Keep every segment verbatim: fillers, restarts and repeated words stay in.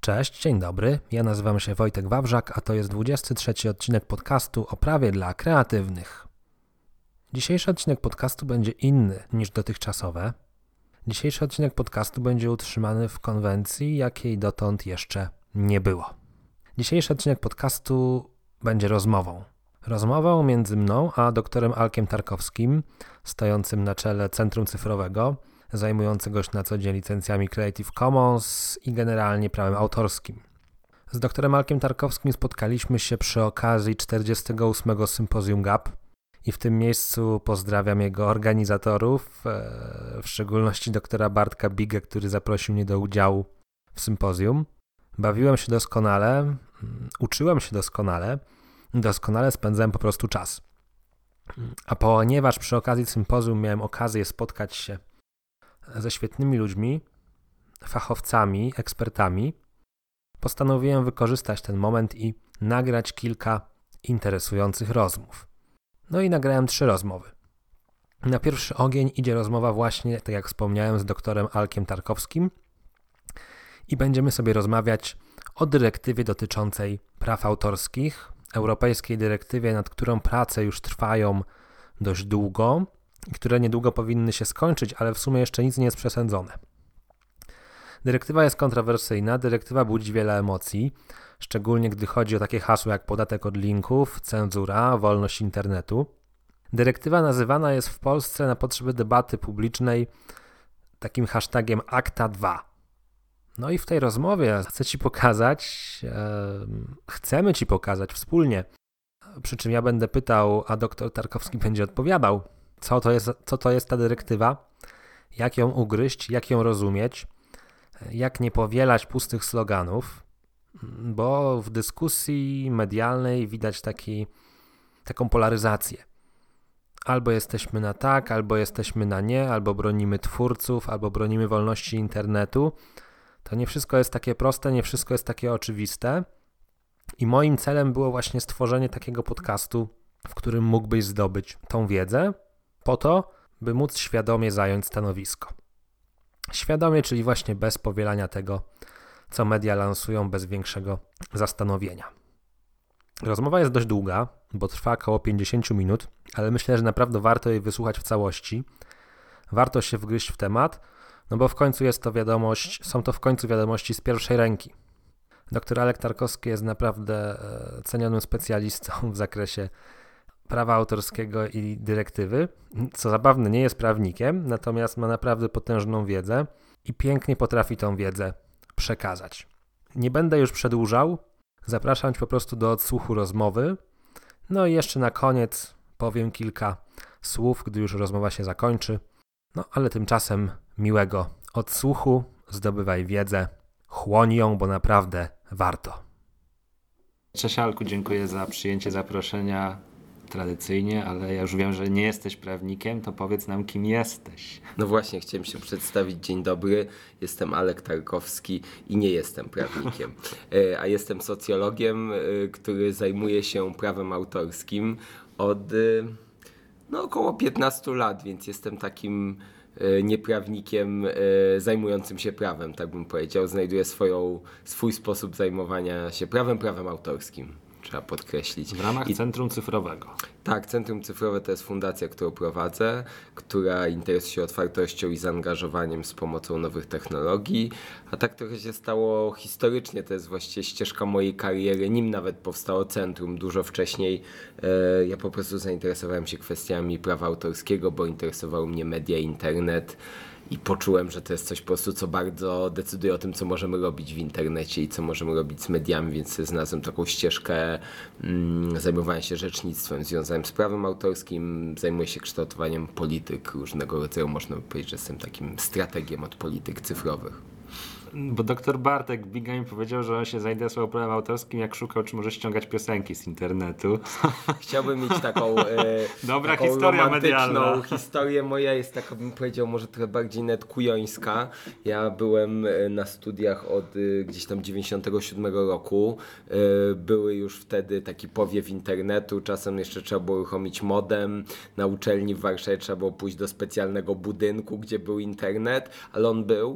Cześć, dzień dobry. Ja nazywam się Wojtek Wawrzak, a to jest dwudziesty trzeci odcinek podcastu o prawie dla kreatywnych. Dzisiejszy odcinek podcastu będzie inny niż dotychczasowe. Dzisiejszy odcinek podcastu będzie utrzymany w konwencji, jakiej dotąd jeszcze nie było. Dzisiejszy odcinek podcastu będzie rozmową. Rozmową między mną a doktorem Alkiem Tarkowskim, stojącym na czele Centrum Cyfrowego, zajmującego się na co dzień licencjami Creative Commons i generalnie prawem autorskim. Z doktorem Alkiem Tarkowskim spotkaliśmy się przy okazji czterdziestego ósmego Sympozjum Gap i w tym miejscu pozdrawiam jego organizatorów, w szczególności doktora Bartka Bigę, który zaprosił mnie do udziału w sympozjum. Bawiłem się doskonale, uczyłem się doskonale, doskonale spędzałem po prostu czas. A ponieważ przy okazji sympozjum miałem okazję spotkać się ze świetnymi ludźmi, fachowcami, ekspertami, postanowiłem wykorzystać ten moment i nagrać kilka interesujących rozmów. No i nagrałem trzy rozmowy. Na pierwszy ogień idzie rozmowa właśnie, tak jak wspomniałem, z doktorem Alkiem Tarkowskim i będziemy sobie rozmawiać o dyrektywie dotyczącej praw autorskich, europejskiej dyrektywie, nad którą prace już trwają dość długo, które niedługo powinny się skończyć, ale w sumie jeszcze nic nie jest przesądzone. Dyrektywa jest kontrowersyjna, dyrektywa budzi wiele emocji, szczególnie gdy chodzi o takie hasła jak podatek od linków, cenzura, wolność internetu. Dyrektywa nazywana jest w Polsce na potrzeby debaty publicznej takim hashtagiem akta dwa. No i w tej rozmowie chcę Ci pokazać, e, chcemy Ci pokazać wspólnie, przy czym ja będę pytał, a doktor Tarkowski będzie odpowiadał, co to jest, co to jest ta dyrektywa, jak ją ugryźć, jak ją rozumieć, jak nie powielać pustych sloganów, bo w dyskusji medialnej widać taki, taką polaryzację. Albo jesteśmy na tak, albo jesteśmy na nie, albo bronimy twórców, albo bronimy wolności internetu. To nie wszystko jest takie proste, nie wszystko jest takie oczywiste. I moim celem było właśnie stworzenie takiego podcastu, w którym mógłbyś zdobyć tą wiedzę, po to, by móc świadomie zająć stanowisko. Świadomie, czyli właśnie bez powielania tego, co media lansują, bez większego zastanowienia. Rozmowa jest dość długa, bo trwa około pięćdziesiąt minut, ale myślę, że naprawdę warto jej wysłuchać w całości. Warto się wgryźć w temat, no bo w końcu jest to wiadomość, są to w końcu wiadomości z pierwszej ręki. Doktor Alek Tarkowski jest naprawdę cenionym specjalistą w zakresie prawa autorskiego i dyrektywy. Co zabawne, nie jest prawnikiem, natomiast ma naprawdę potężną wiedzę i pięknie potrafi tą wiedzę przekazać. Nie będę już przedłużał, zapraszam Cię po prostu do odsłuchu rozmowy. No i jeszcze na koniec powiem kilka słów, gdy już rozmowa się zakończy. No ale tymczasem miłego odsłuchu, zdobywaj wiedzę, chłoń ją, bo naprawdę warto. Cześć Alku, dziękuję za przyjęcie zaproszenia tradycyjnie, ale ja już wiem, że nie jesteś prawnikiem, to powiedz nam, kim jesteś. No właśnie, chciałem się przedstawić. Dzień dobry, jestem Alek Tarkowski i nie jestem prawnikiem, a jestem socjologiem, który zajmuje się prawem autorskim od no, około piętnastu lat, więc jestem takim nieprawnikiem zajmującym się prawem, tak bym powiedział. Znajduję swoją, swój sposób zajmowania się prawem, prawem autorskim. Trzeba podkreślić. W ramach I, Centrum Cyfrowego. Tak, Centrum Cyfrowe to jest fundacja, którą prowadzę, która interesuje się otwartością i zaangażowaniem z pomocą nowych technologii, a tak trochę się stało historycznie, to jest właściwie ścieżka mojej kariery, nim nawet powstało Centrum. Dużo wcześniej e, ja po prostu zainteresowałem się kwestiami prawa autorskiego, bo interesowały mnie media i internet. I poczułem, że to jest coś po prostu, co bardzo decyduje o tym, co możemy robić w internecie i co możemy robić z mediami, więc znalazłem taką ścieżkę mm, zajmowania się rzecznictwem związanym z prawem autorskim, zajmuję się kształtowaniem polityk różnego rodzaju, można by powiedzieć, że jestem takim strategiem od polityk cyfrowych. Bo doktor Bartek Biga mi powiedział, że on się zainteresował prawem autorskim, jak szukał, czy może ściągać piosenki z internetu. Chciałbym mieć taką, e, Dobra taką historia romantyczną medialna. historię. Moja jest taka, bym powiedział, może trochę bardziej netkujońska. Ja byłem na studiach od e, gdzieś tam dziewięćdziesiątego siódmego roku. E, były już wtedy taki powiew internetu. Czasem jeszcze trzeba było uruchomić modem. Na uczelni w Warszawie trzeba było pójść do specjalnego budynku, gdzie był internet, ale on był.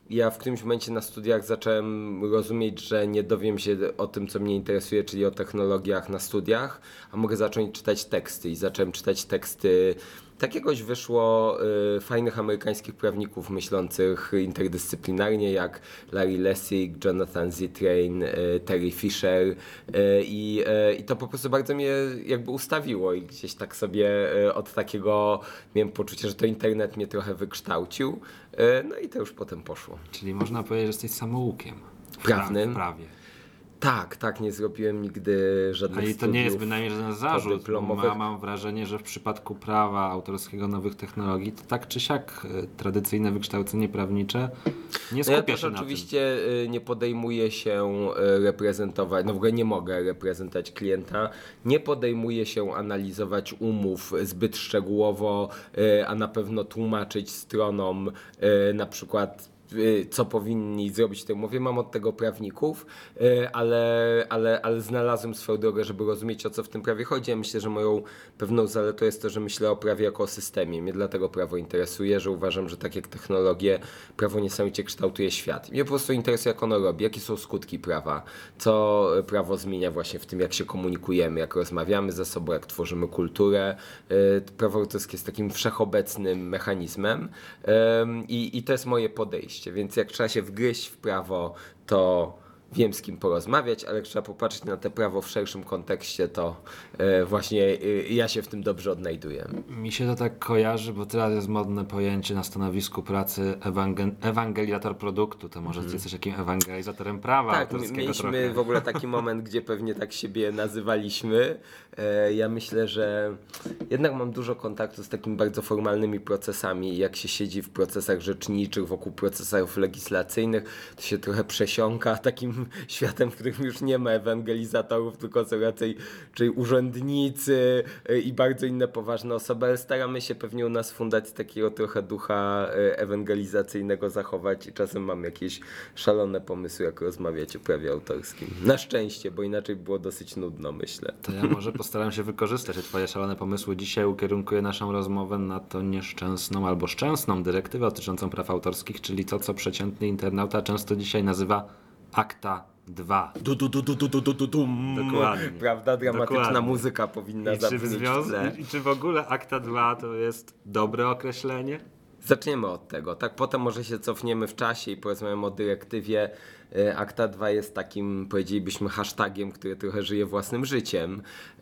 ja w którymś momencie na studiach zacząłem rozumieć, że nie dowiem się o tym, co mnie interesuje, czyli o technologiach na studiach, a mogę zacząć czytać teksty i zacząłem czytać teksty. Tak jakoś wyszło y, fajnych amerykańskich prawników myślących interdyscyplinarnie, jak Larry Lessig, Jonathan Zittrain, y, Terry Fisher y, i, y, i to po prostu bardzo mnie jakby ustawiło i gdzieś tak sobie y, od takiego miałem poczucie, że to internet mnie trochę wykształcił, y, no i to już potem poszło. Czyli można powiedzieć, że jesteś samoukiem. Prawnym? W prawie. Tak, tak, nie zrobiłem nigdy żadnych studiów. Ale to nie jest bynajmniej żaden zarzut, bo ja mam wrażenie, że w przypadku prawa autorskiego nowych technologii to tak czy siak tradycyjne wykształcenie prawnicze nie skupia no ja się na tym. Oczywiście nie podejmuję się reprezentować, no w ogóle nie mogę reprezentować klienta, nie podejmuję się analizować umów zbyt szczegółowo, a na pewno tłumaczyć stronom na przykład co powinni zrobić w tej umowie. Mam od tego prawników, ale, ale, ale znalazłem swoją drogę, żeby rozumieć, o co w tym prawie chodzi. Ja myślę, że moją pewną zaletą jest to, że myślę o prawie jako o systemie. Mnie dlatego prawo interesuje, że uważam, że tak jak technologie, prawo niesamowicie kształtuje świat. Mnie po prostu interesuje, jak ono robi, jakie są skutki prawa, co prawo zmienia właśnie w tym, jak się komunikujemy, jak rozmawiamy ze sobą, jak tworzymy kulturę. Prawo autorskie jest takim wszechobecnym mechanizmem i, i to jest moje podejście. Więc jak trzeba się wgryźć w prawo, to wiem, z kim porozmawiać, ale jak trzeba popatrzeć na to prawo w szerszym kontekście, to e, właśnie e, ja się w tym dobrze odnajduję. Mi się to tak kojarzy, bo teraz jest modne pojęcie na stanowisku pracy ewangel- ewangelizator produktu. To może hmm. ty jesteś takim ewangelizatorem prawa tak, autorskiego mieliśmy trochę. w ogóle taki moment, gdzie pewnie tak siebie nazywaliśmy. E, ja myślę, że jednak mam dużo kontaktu z takimi bardzo formalnymi procesami. Jak się siedzi w procesach rzeczniczych, wokół procesów legislacyjnych, to się trochę przesiąka takim światem, w którym już nie ma ewangelizatorów, tylko są raczej czyli urzędnicy i bardzo inne poważne osoby, ale staramy się pewnie u nas w fundacji takiego trochę ducha ewangelizacyjnego zachować i czasem mam jakieś szalone pomysły, jak rozmawiać o prawie autorskim. Na szczęście, bo inaczej było dosyć nudno, myślę. To ja może postaram się wykorzystać twoje szalone pomysły. Dzisiaj ukierunkuję naszą rozmowę na to nieszczęsną albo szczęsną dyrektywę dotyczącą praw autorskich, czyli to, co przeciętny internauta często dzisiaj nazywa akta dwa. Du, du, du, du, du, du, du, dum. Dokładnie. Prawda? Dramatyczna Dokładnie. muzyka powinna I czy, w zabrzmieć związku, w tle. I czy w ogóle akta dwa to jest dobre określenie? Zaczniemy od tego. Tak, potem może się cofniemy w czasie i porozmawiamy o dyrektywie. Akta dwa jest takim, powiedzielibyśmy, hashtagiem, który trochę żyje własnym życiem.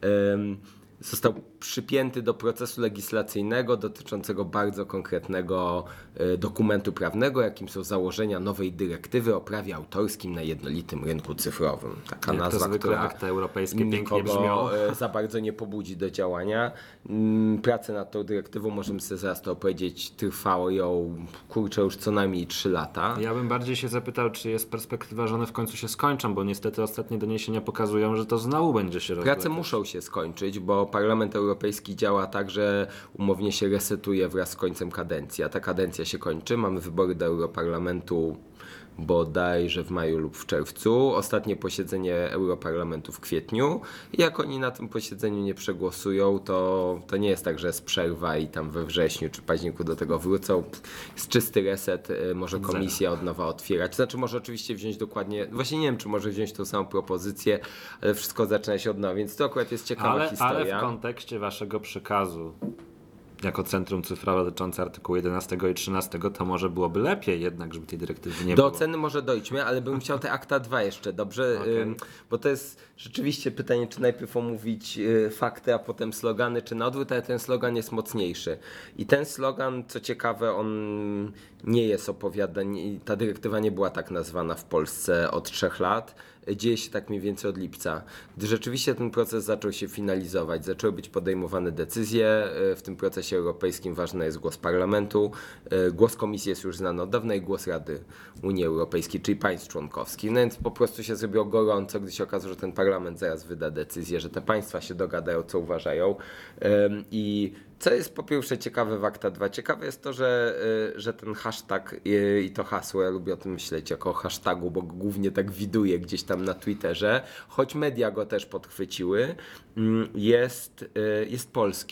Został przypięty do procesu legislacyjnego dotyczącego bardzo konkretnego y, dokumentu prawnego, jakim są założenia nowej dyrektywy o prawie autorskim na jednolitym rynku cyfrowym. Taka Jak nazwa, to która akta europejskie pięknie nikogo brzmią. y, za bardzo nie pobudzi do działania. Mm, pracę nad tą dyrektywą, możemy sobie zaraz to opowiedzieć, trwało ją, kurczę, już co najmniej trzy lata. Ja bym bardziej się zapytał, czy jest perspektywa, że one w końcu się skończą, bo niestety ostatnie doniesienia pokazują, że to znowu będzie się rozwijać. Prace muszą się skończyć, bo Parlament Europejski działa tak, że umownie się resetuje wraz z końcem kadencji, a ta kadencja się kończy. Mamy wybory do Europarlamentu bodajże w maju lub w czerwcu. Ostatnie posiedzenie Europarlamentu w kwietniu. I jak oni na tym posiedzeniu nie przegłosują, to, to nie jest tak, że jest przerwa i tam we wrześniu czy październiku do tego wrócą. Jest czysty reset, może komisja od nowa otwierać. Znaczy może oczywiście wziąć dokładnie, właśnie nie wiem, czy może wziąć tą samą propozycję, ale wszystko zaczyna się od nowa, więc to akurat jest ciekawa ale, historia. Ale w kontekście waszego przekazu jako Centrum Cyfrowe dotyczące artykułu jedenastego i trzynastego, to może byłoby lepiej jednak, żeby tej dyrektywy nie Do było. Do oceny może dojdźmy, ale bym chciał te akta dwa jeszcze, dobrze? Okay. Ym, bo to jest rzeczywiście pytanie, czy najpierw omówić y, fakty, a potem slogany, czy na odwrót, ale ten slogan jest mocniejszy. I ten slogan, co ciekawe, on nie jest opowiadany, ta dyrektywa nie była tak nazwana w Polsce od trzech lat. Dzieje się tak mniej więcej od lipca. Gdy rzeczywiście ten proces zaczął się finalizować, zaczęły być podejmowane decyzje, w tym procesie europejskim ważny jest głos Parlamentu, głos Komisji jest już znany od dawna i głos Rady Unii Europejskiej, czyli państw członkowskich. No więc po prostu się zrobiło gorąco, gdy się okazało, że ten Parlament zaraz wyda decyzję, że te państwa się dogadają, co uważają. I co jest po pierwsze ciekawe w akta dwa? Ciekawe jest to, że, że ten hashtag i to hasło, ja lubię o tym myśleć jako o hashtagu, bo głównie tak widuję gdzieś tam na Twitterze, choć media go też podchwyciły, jest, jest polski.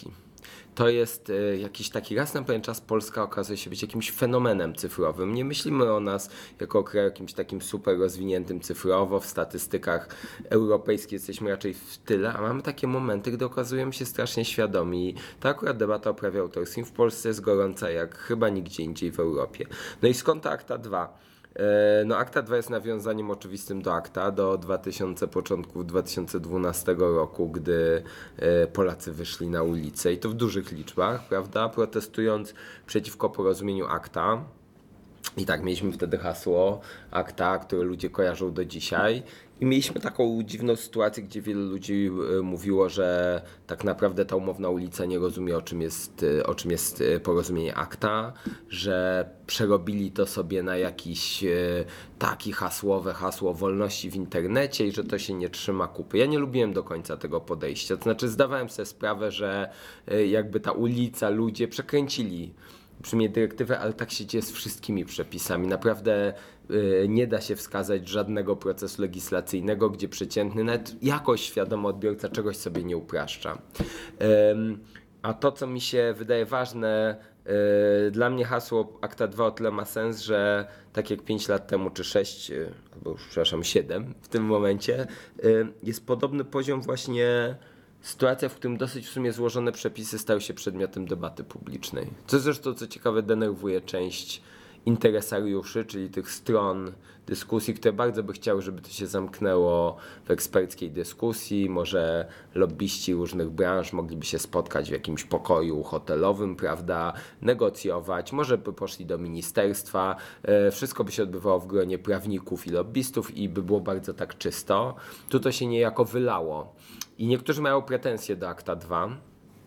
To jest y, jakiś taki raz na pewien czas Polska okazuje się być jakimś fenomenem cyfrowym. Nie myślimy o nas jako o kraju jakimś takim super rozwiniętym cyfrowo. W statystykach europejskich jesteśmy raczej w tyle, a mamy takie momenty, gdy okazujemy się strasznie świadomi. Ta akurat debata o prawie autorskim w Polsce jest gorąca jak chyba nigdzie indziej w Europie. No i skąd ta akta dwa? No akta dwa jest nawiązaniem oczywistym do akta, do dwa tysiące, początku dwa tysiące dwunastego roku, gdy Polacy wyszli na ulicę i to w dużych liczbach, prawda, protestując przeciwko porozumieniu akta. I tak, mieliśmy wtedy hasło akta, które ludzie kojarzą do dzisiaj. I mieliśmy taką dziwną sytuację, gdzie wielu ludzi mówiło, że tak naprawdę ta umowna ulica nie rozumie, o czym jest, o czym jest porozumienie akta, że przerobili to sobie na jakieś takie hasłowe hasło wolności w internecie i że to się nie trzyma kupy. Ja nie lubiłem do końca tego podejścia. To znaczy zdawałem sobie sprawę, że jakby ta ulica, ludzie przekręcili przyjmie dyrektywę, ale tak się dzieje z wszystkimi przepisami. Naprawdę y, nie da się wskazać żadnego procesu legislacyjnego, gdzie przeciętny, nawet jakoś świadomy odbiorca czegoś sobie nie upraszcza. Ym, a to, co mi się wydaje ważne, y, dla mnie hasło akta dwa o tyle ma sens, że tak jak pięć lat temu, czy sześć, y, albo już przepraszam, siedem w tym momencie, y, jest podobny poziom właśnie sytuacja, w którym dosyć w sumie złożone przepisy stały się przedmiotem debaty publicznej. Co zresztą, co ciekawe, denerwuje część interesariuszy, czyli tych stron dyskusji, które bardzo by chciały, żeby to się zamknęło w eksperckiej dyskusji. Może lobbyści różnych branż mogliby się spotkać w jakimś pokoju hotelowym, prawda, negocjować, może by poszli do ministerstwa. Wszystko by się odbywało w gronie prawników i lobbystów i by było bardzo tak czysto. Tu to się niejako wylało. I niektórzy mają pretensje do akta dwa.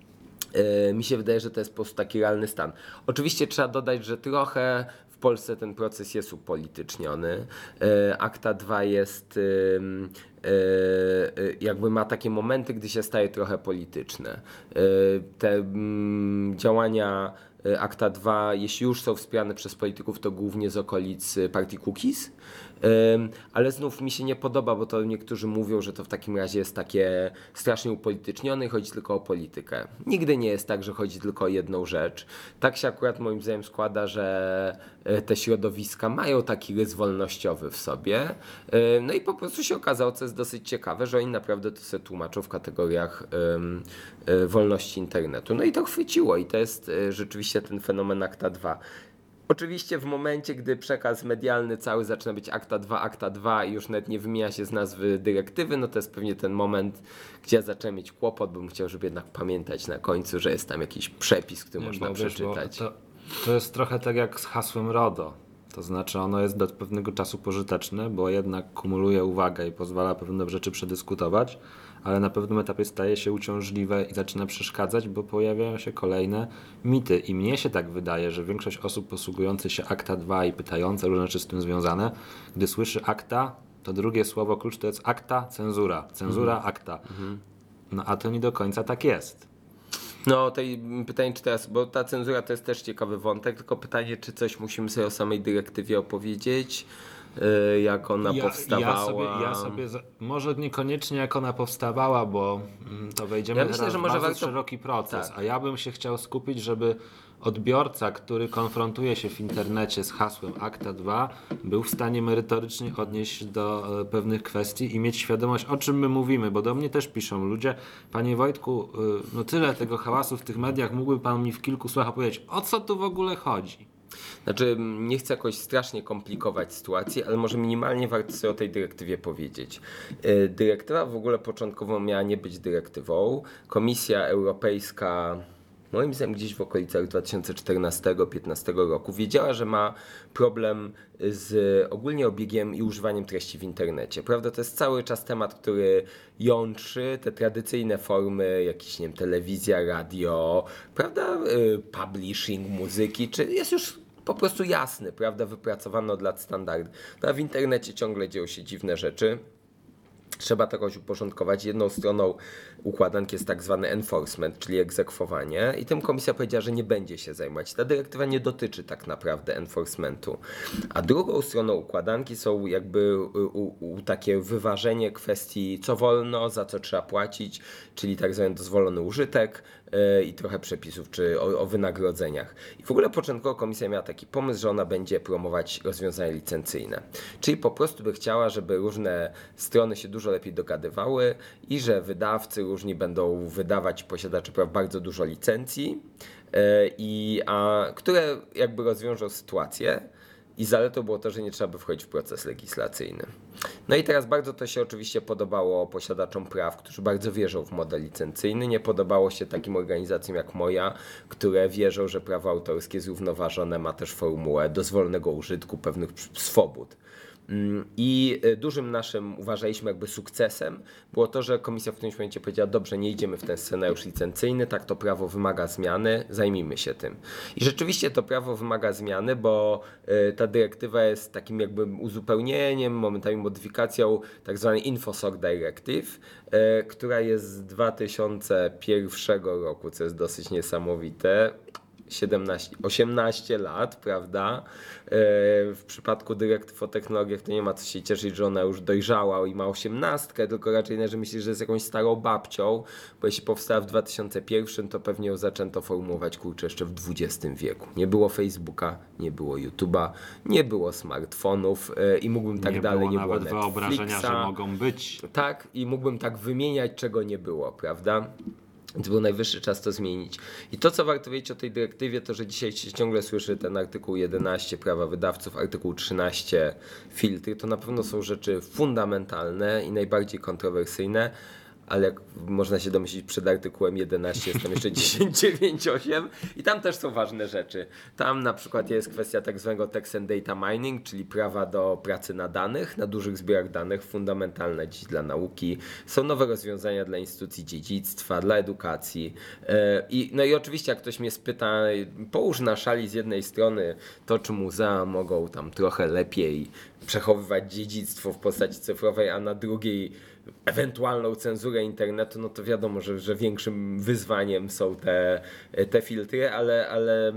Yy, mi się wydaje, że to jest po prostu taki realny stan. Oczywiście trzeba dodać, że trochę w Polsce ten proces jest upolityczniony. Yy, akta dwa jest yy, yy, jakby ma takie momenty, gdy się staje trochę polityczne. Yy, te yy, działania akta dwa, jeśli już są wspierane przez polityków, to głównie z okolic partii Kukiz. Ale znów mi się nie podoba, bo to niektórzy mówią, że to w takim razie jest takie strasznie upolitycznione i chodzi tylko o politykę. Nigdy nie jest tak, że chodzi tylko o jedną rzecz. Tak się akurat moim zdaniem składa, że te środowiska mają taki rys wolnościowy w sobie. No i po prostu się okazało, co jest dosyć ciekawe, że oni naprawdę to sobie tłumaczą w kategoriach um, wolności internetu. No i to chwyciło i to jest rzeczywiście ten fenomen akta dwa. Oczywiście w momencie, gdy przekaz medialny cały zaczyna być akta dwa, akta dwa i już nawet nie wymienia się z nazwy dyrektywy, no to jest pewnie ten moment, gdzie ja zacząłem mieć kłopot, bo bym chciał, żeby jednak pamiętać na końcu, że jest tam jakiś przepis, który nie, można bo, przeczytać. Wiesz, to, to jest trochę tak jak z hasłem RODO. To znaczy ono jest do pewnego czasu pożyteczne, bo jednak kumuluje uwagę i pozwala pewne rzeczy przedyskutować, ale na pewnym etapie staje się uciążliwe i zaczyna przeszkadzać, bo pojawiają się kolejne mity. I mnie się tak wydaje, że większość osób posługujących się akta dwa i pytające różne rzeczy z tym związane, gdy słyszy akta, to drugie słowo klucz to jest akta, cenzura. Cenzura, mhm. akta. Mhm. No a to nie do końca tak jest. No, tej pytanie, czy teraz, bo ta cenzura to jest też ciekawy wątek, tylko pytanie, czy coś musimy sobie o samej dyrektywie opowiedzieć, jak ona ja, powstawała. Ja sobie, ja sobie, może niekoniecznie jak ona powstawała, bo to wejdziemy ja myślę, teraz że może w bardzo warto... szeroki proces, tak. A ja bym się chciał skupić, żeby odbiorca, który konfrontuje się w internecie z hasłem akta dwa, był w stanie merytorycznie odnieść do pewnych kwestii i mieć świadomość, o czym my mówimy, bo do mnie też piszą ludzie, panie Wojtku, no tyle tego hałasu w tych mediach, mógłby pan mi w kilku słowach powiedzieć, o co tu w ogóle chodzi? Znaczy, nie chcę jakoś strasznie komplikować sytuacji, ale może minimalnie warto sobie o tej dyrektywie powiedzieć. Dyrektywa w ogóle początkowo miała nie być dyrektywą. Komisja Europejska, moim zdaniem gdzieś w okolicach dwa tysiące czternastego do dwa tysiące piętnastego roku, wiedziała, że ma problem z ogólnie obiegiem i używaniem treści w internecie. Prawda? To jest cały czas temat, który jątrzy te tradycyjne formy, jakieś, nie wiem, telewizja, radio, prawda, publishing, muzyki, czy jest już po prostu jasny, prawda, wypracowany od lat standard. No a w internecie ciągle dzieją się dziwne rzeczy. Trzeba to jakoś uporządkować. Jedną stroną układanki jest tak zwany enforcement, czyli egzekwowanie i tym komisja powiedziała, że nie będzie się zajmować. Ta dyrektywa nie dotyczy tak naprawdę enforcementu. A drugą stroną układanki są jakby u, u, takie wyważenie kwestii co wolno, za co trzeba płacić, czyli tak zwany dozwolony użytek i trochę przepisów czy o, o wynagrodzeniach. I w ogóle początkowo komisja miała taki pomysł, że ona będzie promować rozwiązania licencyjne. Czyli po prostu by chciała, żeby różne strony się dużo lepiej dogadywały i że wydawcy różni będą wydawać posiadacze praw bardzo dużo licencji, i, a, które jakby rozwiążą sytuację. I zaletą było to, że nie trzeba by wchodzić w proces legislacyjny. No i teraz bardzo to się oczywiście podobało posiadaczom praw, którzy bardzo wierzą w model licencyjny. Nie podobało się takim organizacjom jak moja, które wierzą, że prawo autorskie zrównoważone ma też formułę dozwolonego użytku pewnych swobód. I dużym naszym, uważaliśmy, jakby sukcesem było to, że komisja w którymś momencie powiedziała: dobrze, nie idziemy w ten scenariusz licencyjny, tak, to prawo wymaga zmiany, zajmijmy się tym. I rzeczywiście to prawo wymaga zmiany, bo ta dyrektywa jest takim jakby uzupełnieniem, momentami modyfikacją tak zwanej InfoSoc Directive, która jest z dwa tysiące pierwszego roku, co jest dosyć niesamowite. siedemnaście, osiemnaście lat, prawda? W przypadku dyrektyw o technologiach to nie ma co się cieszyć, że ona już dojrzała i ma osiemnastkę, tylko raczej należy myśleć, że jest jakąś starą babcią, bo jeśli powstała w dwa tysiące pierwszym, to pewnie ją zaczęto formułować, kurczę, jeszcze w dwudziestym wieku. Nie było Facebooka, nie było YouTube'a, nie było smartfonów i mógłbym tak nie dalej, było nie było nawet wyobrażenia, że mogą być. Tak, i mógłbym tak wymieniać, czego nie było, prawda? Więc był najwyższy czas to zmienić. I to, co warto wiedzieć o tej dyrektywie, to że dzisiaj się ciągle słyszy ten artykuł jedenaście prawa wydawców, artykuł trzynaście filtry. To na pewno są rzeczy fundamentalne i najbardziej kontrowersyjne, ale jak można się domyślić, przed artykułem jedenaście jest tam jeszcze dziesięć dziewięć osiem i tam też są ważne rzeczy. Tam na przykład jest kwestia tak zwanego text and data mining, czyli prawa do pracy na danych, na dużych zbiorach danych, fundamentalne dziś dla nauki. Są nowe rozwiązania dla instytucji dziedzictwa, dla edukacji. I, no i oczywiście jak ktoś mnie spyta, połóż na szali z jednej strony to, czy muzea mogą tam trochę lepiej przechowywać dziedzictwo w postaci cyfrowej, a na drugiej ewentualną cenzurę internetu, no to wiadomo, że, że większym wyzwaniem są te, te filtry, ale, ale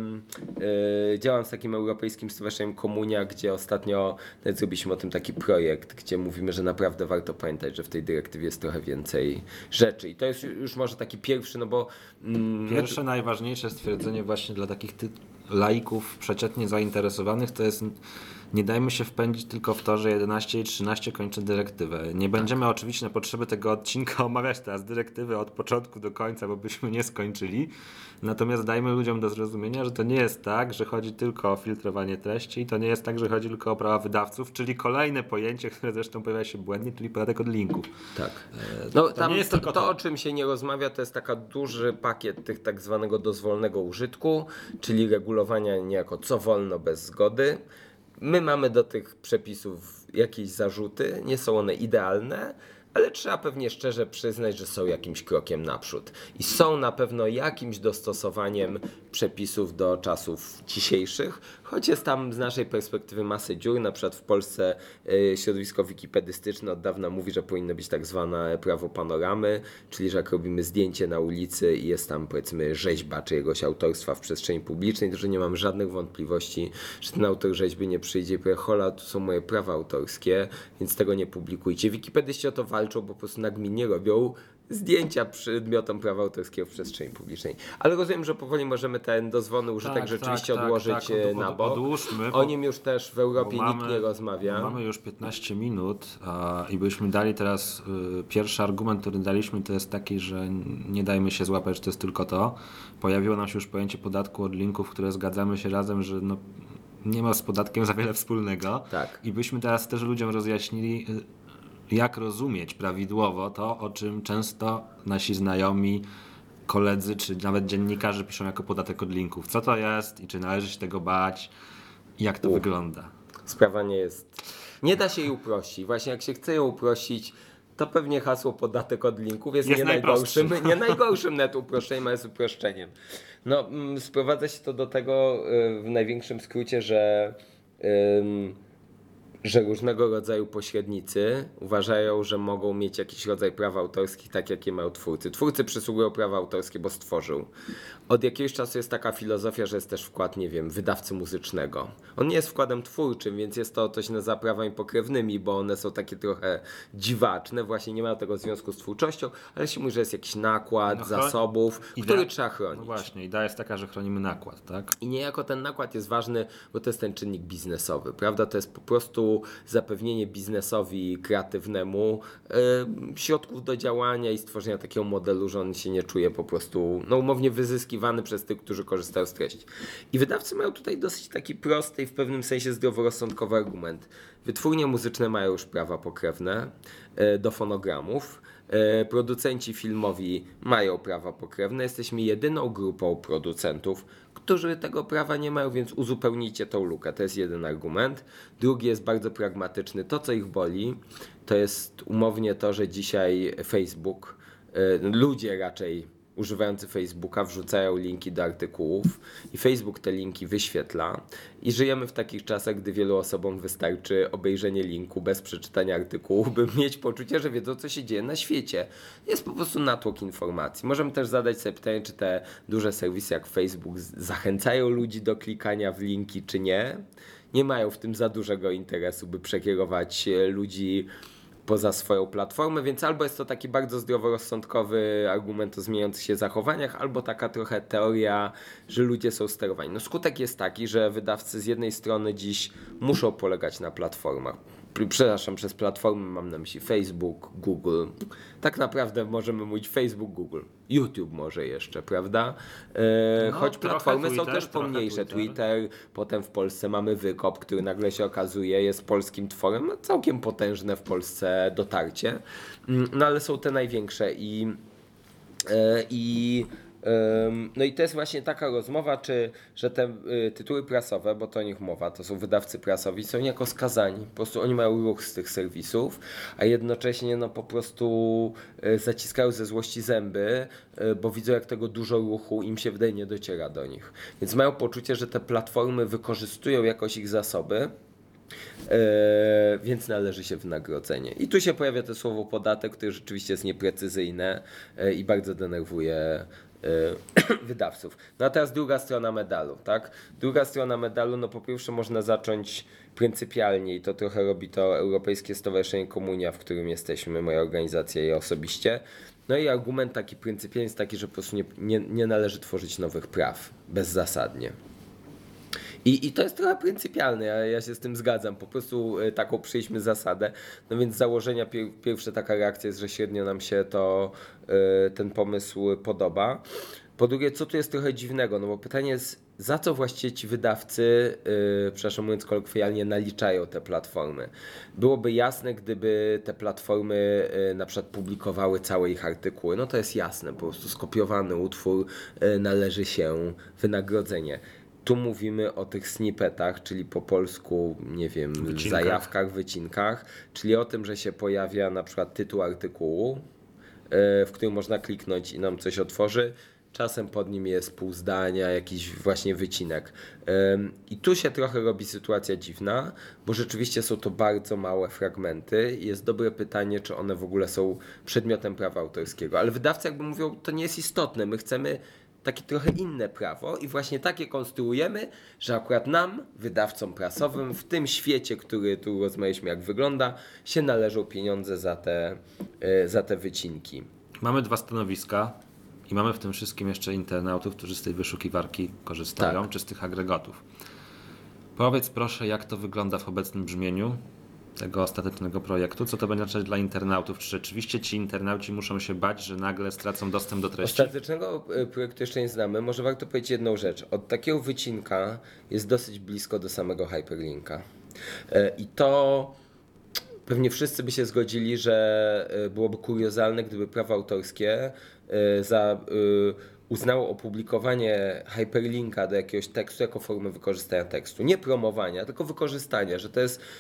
yy, działam z takim europejskim stowarzyszeniem Komunia, gdzie ostatnio nawet zrobiliśmy o tym taki projekt, gdzie mówimy, że naprawdę warto pamiętać, że w tej dyrektywie jest trochę więcej rzeczy. I to jest już może taki pierwszy, no bo... Mm, Pierwsze, najważniejsze stwierdzenie właśnie dla takich ty- laików przeciętnie zainteresowanych to jest: nie dajmy się wpędzić tylko w to, że jedenaście i trzynaście kończy dyrektywę. Nie będziemy tak. oczywiście na potrzeby tego odcinka omawiać teraz dyrektywy od początku do końca, bo byśmy nie skończyli. Natomiast dajmy ludziom do zrozumienia, że to nie jest tak, że chodzi tylko o filtrowanie treści, to nie jest tak, że chodzi tylko o prawa wydawców, czyli kolejne pojęcie, które zresztą pojawia się błędnie, czyli podatek od linków. Tak. No, to tam nie jest to, tylko to, to, o czym się nie rozmawia, to jest taka duży pakiet tych tak zwanego dozwolonego użytku, czyli regulowania niejako co wolno bez zgody. My mamy do tych przepisów jakieś zarzuty, nie są one idealne, ale trzeba pewnie szczerze przyznać, że są jakimś krokiem naprzód i są na pewno jakimś dostosowaniem przepisów do czasów dzisiejszych, choć jest tam z naszej perspektywy masy dziur. Na przykład w Polsce środowisko wikipedystyczne od dawna mówi, że powinno być tak zwane prawo panoramy, czyli że jak robimy zdjęcie na ulicy i jest tam powiedzmy rzeźba czyjegoś autorstwa w przestrzeni publicznej, to że nie mam żadnych wątpliwości, że ten autor rzeźby nie przyjdzie i powie: hola, tu są moje prawa autorskie, więc tego nie publikujcie. Wikipedyści o to walczą, bo po prostu nagminnie robią zdjęcia przedmiotom prawa autorskiego w przestrzeni publicznej. Ale rozumiem, że powoli możemy ten dozwolony użytek tak, rzeczywiście tak, odłożyć tak, tak. na bok. Odłóżmy, o nim już też w Europie mamy, nikt nie rozmawia. Mamy już piętnaście minut a, i byśmy dali teraz y, pierwszy argument, który daliśmy, to jest taki, że nie dajmy się złapać, że to jest tylko to. Pojawiło nam się już pojęcie podatku od linków, które zgadzamy się razem, że no, nie ma z podatkiem za wiele wspólnego. Tak. I byśmy teraz też ludziom rozjaśnili, jak rozumieć prawidłowo to, o czym często nasi znajomi, koledzy czy nawet dziennikarze piszą jako podatek od linków. Co to jest i czy należy się tego bać? Jak to U. wygląda? Sprawa nie jest... Nie da się jej uprościć. Właśnie jak się chce ją uprościć, to pewnie hasło podatek od linków jest, jest nie najgorszym, nie najgorszym net uproszczeniem, ale jest uproszczeniem. No, sprowadza się to do tego w największym skrócie, że... Ym, że różnego rodzaju pośrednicy uważają, że mogą mieć jakiś rodzaj praw autorskich, tak jakie mają twórcy. Twórcy przysługują prawa autorskie, bo stworzył. Od jakiegoś czasu jest taka filozofia, że jest też wkład, nie wiem, wydawcy muzycznego. On nie jest wkładem twórczym, więc jest to coś nazywa prawami pokrewnymi, bo one są takie trochę dziwaczne, właśnie nie mają tego związku z twórczością, ale się mówi, że jest jakiś nakład no, zasobów, idea, który trzeba chronić. No właśnie, idea jest taka, że chronimy nakład, tak? I niejako ten nakład jest ważny, bo to jest ten czynnik biznesowy, prawda? To jest po prostu zapewnienie biznesowi kreatywnemu yy, środków do działania i stworzenia takiego modelu, że on się nie czuje po prostu, no umownie, wyzyskiwany przez tych, którzy korzystają z treści. I wydawcy mają tutaj dosyć taki prosty i w pewnym sensie zdroworozsądkowy argument. Wytwórnie muzyczne mają już prawa pokrewne yy, do fonogramów. Producenci filmowi mają prawa pokrewne. Jesteśmy jedyną grupą producentów, którzy tego prawa nie mają, więc uzupełnijcie tą lukę. To jest jeden argument. Drugi jest bardzo pragmatyczny. To, co ich boli, to jest umownie to, że dzisiaj Facebook, ludzie raczej używający Facebooka wrzucają linki do artykułów i Facebook te linki wyświetla i żyjemy w takich czasach, gdy wielu osobom wystarczy obejrzenie linku bez przeczytania artykułu, by mieć poczucie, że wiedzą, co się dzieje na świecie. Jest po prostu natłok informacji. Możemy też zadać sobie pytanie, czy te duże serwisy jak Facebook zachęcają ludzi do klikania w linki, czy nie. Nie mają w tym za dużego interesu, by przekierować ludzi poza swoją platformę, więc albo jest to taki bardzo zdroworozsądkowy argument o zmieniających się zachowaniach, albo taka trochę teoria, że ludzie są sterowani. No skutek jest taki, że wydawcy z jednej strony dziś muszą polegać na platformach. Przepraszam, przez platformy mam na myśli Facebook, Google. Tak naprawdę możemy mówić Facebook, Google. YouTube może jeszcze, prawda? E, no, choć platformy Twitter, są też pomniejsze. Twitter. Twitter, potem w Polsce mamy Wykop, który nagle się okazuje jest polskim tworem. No, całkiem potężne w Polsce dotarcie. No ale są te największe i... E, i No i to jest właśnie taka rozmowa, czy, że te tytuły prasowe, bo to o nich mowa, to są wydawcy prasowi, są niejako skazani. Po prostu oni mają ruch z tych serwisów, a jednocześnie no po prostu zaciskają ze złości zęby, bo widzą, jak tego dużo ruchu im się wydaje nie dociera do nich. Więc mają poczucie, że te platformy wykorzystują jakoś ich zasoby, Yy, więc należy się wynagrodzenie. I tu się pojawia to słowo podatek, które rzeczywiście jest nieprecyzyjne yy, i bardzo denerwuje yy, wydawców. No a teraz druga strona medalu, tak? Druga strona medalu, no po pierwsze można zacząć pryncypialnie i to trochę robi to Europejskie Stowarzyszenie Komunia, w którym jesteśmy, moja organizacja i ja osobiście. No i argument taki pryncypialny jest taki, że po prostu nie, nie, nie należy tworzyć nowych praw bezzasadnie. I, I to jest trochę pryncypialne, ja, ja się z tym zgadzam, po prostu taką przyjęliśmy zasadę, no więc z założenia pier, pierwsza taka reakcja jest, że średnio nam się to, ten pomysł podoba. Po drugie, co tu jest trochę dziwnego, no bo pytanie jest, za co właściwie ci wydawcy, yy, przepraszam mówiąc kolokwialnie, naliczają te platformy. Byłoby jasne, gdyby te platformy yy, na przykład publikowały całe ich artykuły, no to jest jasne, po prostu skopiowany utwór, yy, należy się wynagrodzenie. Tu mówimy o tych snippetach, czyli po polsku, nie wiem, wycinkach. zajawkach, wycinkach, czyli o tym, że się pojawia na przykład tytuł artykułu, w którym można kliknąć i nam coś otworzy. Czasem pod nim jest pół zdania, jakiś właśnie wycinek. I tu się trochę robi sytuacja dziwna, bo rzeczywiście są to bardzo małe fragmenty i jest dobre pytanie, czy one w ogóle są przedmiotem prawa autorskiego. Ale wydawcy jakby mówią, to nie jest istotne, my chcemy takie trochę inne prawo i właśnie takie konstruujemy, że akurat nam, wydawcom prasowym, w tym świecie, który tu rozmawialiśmy jak wygląda, się należą pieniądze za te, za te wycinki. Mamy dwa stanowiska i mamy w tym wszystkim jeszcze internautów, którzy z tej wyszukiwarki korzystają, tak. czy z tych agregatów. Powiedz proszę, jak to wygląda w obecnym brzmieniu tego ostatecznego projektu, co to będzie znaczyć dla internautów? Czy rzeczywiście ci internauci muszą się bać, że nagle stracą dostęp do treści? Ostatecznego projektu jeszcze nie znamy. Może warto powiedzieć jedną rzecz. Od takiego wycinka jest dosyć blisko do samego hyperlinka. I to pewnie wszyscy by się zgodzili, że byłoby kuriozalne, gdyby prawo autorskie za uznało opublikowanie hyperlinka do jakiegoś tekstu jako formę wykorzystania tekstu. Nie promowania, tylko wykorzystania, że to jest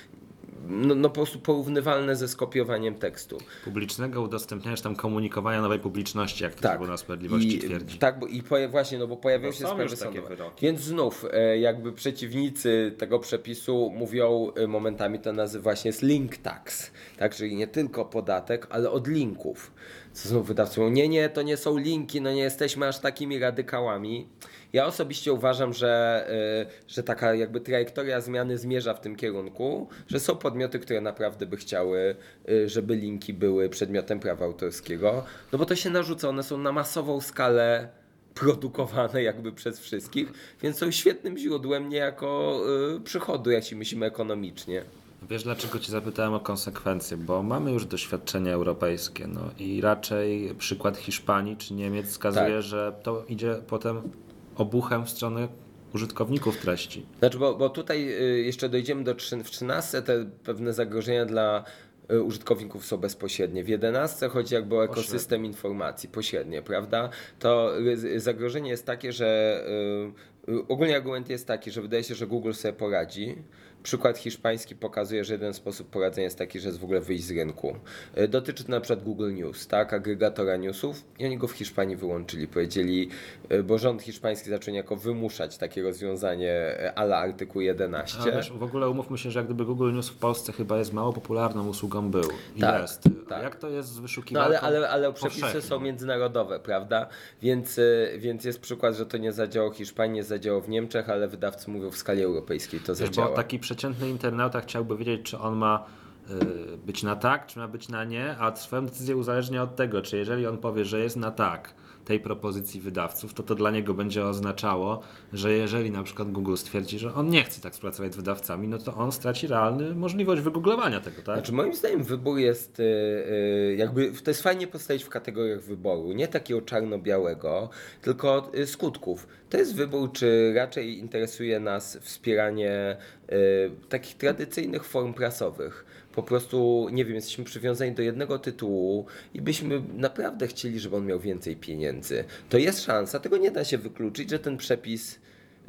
no, no po prostu porównywalne ze skopiowaniem tekstu. Publicznego udostępniania, czy tam komunikowania nowej publiczności, jak to Tak. Trybunał Sprawiedliwości I, twierdzi. Tak, bo, i poja- właśnie, no bo pojawiają No się są sprawy już takie sądowe. wyroki. Więc znów, e, jakby przeciwnicy tego przepisu mówią e, momentami, to nazywa właśnie jest link tax, tak, czyli nie tylko podatek, ale od linków. Co znów wydawcy mówią, nie, nie, to nie są linki, no nie jesteśmy aż takimi radykałami. Ja osobiście uważam, że, y, że taka jakby trajektoria zmiany zmierza w tym kierunku, że są podmioty, które naprawdę by chciały, y, żeby linki były przedmiotem prawa autorskiego, no bo to się narzuca, one są na masową skalę produkowane jakby przez wszystkich, więc są świetnym źródłem niejako y, przychodu, jak się myślimy ekonomicznie. Wiesz, dlaczego cię zapytałem o konsekwencje? Bo mamy już doświadczenia europejskie, no i raczej przykład Hiszpanii czy Niemiec wskazuje, Tak. że to idzie potem obuchem w stronę użytkowników treści. Znaczy, bo, bo tutaj y, jeszcze dojdziemy do trzy, w trzynastce te pewne zagrożenia dla y, użytkowników są bezpośrednie. W jedenastce chodzi jakby o ekosystem Pośrednie. informacji, pośrednie, prawda? To y, zagrożenie jest takie, że y, y, ogólnie argument jest taki, że wydaje się, że Google sobie poradzi. Przykład hiszpański pokazuje, że jeden sposób poradzenia jest taki, że jest w ogóle wyjść z rynku. Y, Dotyczy to na przykład Google News, tak, agregatora newsów i oni go w Hiszpanii wyłączyli. Powiedzieli, y, bo rząd hiszpański zaczął niejako wymuszać takie rozwiązanie y, a la artykuł jedenaście. Ale wiesz, w ogóle umówmy się, że jak gdyby Google News w Polsce chyba jest mało popularną usługą był. I Tak, jest. tak. A jak to jest z No wyszukiwarką ale, ale, ale przepisy powszechną? są międzynarodowe, prawda? Więc, y, więc jest przykład, że to nie zadziałało w Hiszpanii, nie zadziałało w Niemczech, ale wydawcy mówią w skali europejskiej to Wiesz, bo zadziała. taki przeciętny internauta chciałby wiedzieć, czy on ma y, być na tak, czy ma być na nie, a swoją decyzję uzależnia od tego, czy jeżeli on powie, że jest na tak tej propozycji wydawców, to to dla niego będzie oznaczało, że jeżeli na przykład Google stwierdzi, że on nie chce tak współpracować z wydawcami, no to on straci realny możliwość wygooglowania tego, tak? Znaczy moim zdaniem wybór jest y, y, jakby, to jest fajnie postawić w kategoriach wyboru, nie takiego czarno-białego, tylko y, skutków. To jest wybór, czy raczej interesuje nas wspieranie y, takich tradycyjnych form prasowych. Po prostu, nie wiem, jesteśmy przywiązani do jednego tytułu i byśmy naprawdę chcieli, żeby on miał więcej pieniędzy. To jest szansa, tego nie da się wykluczyć, że ten przepis...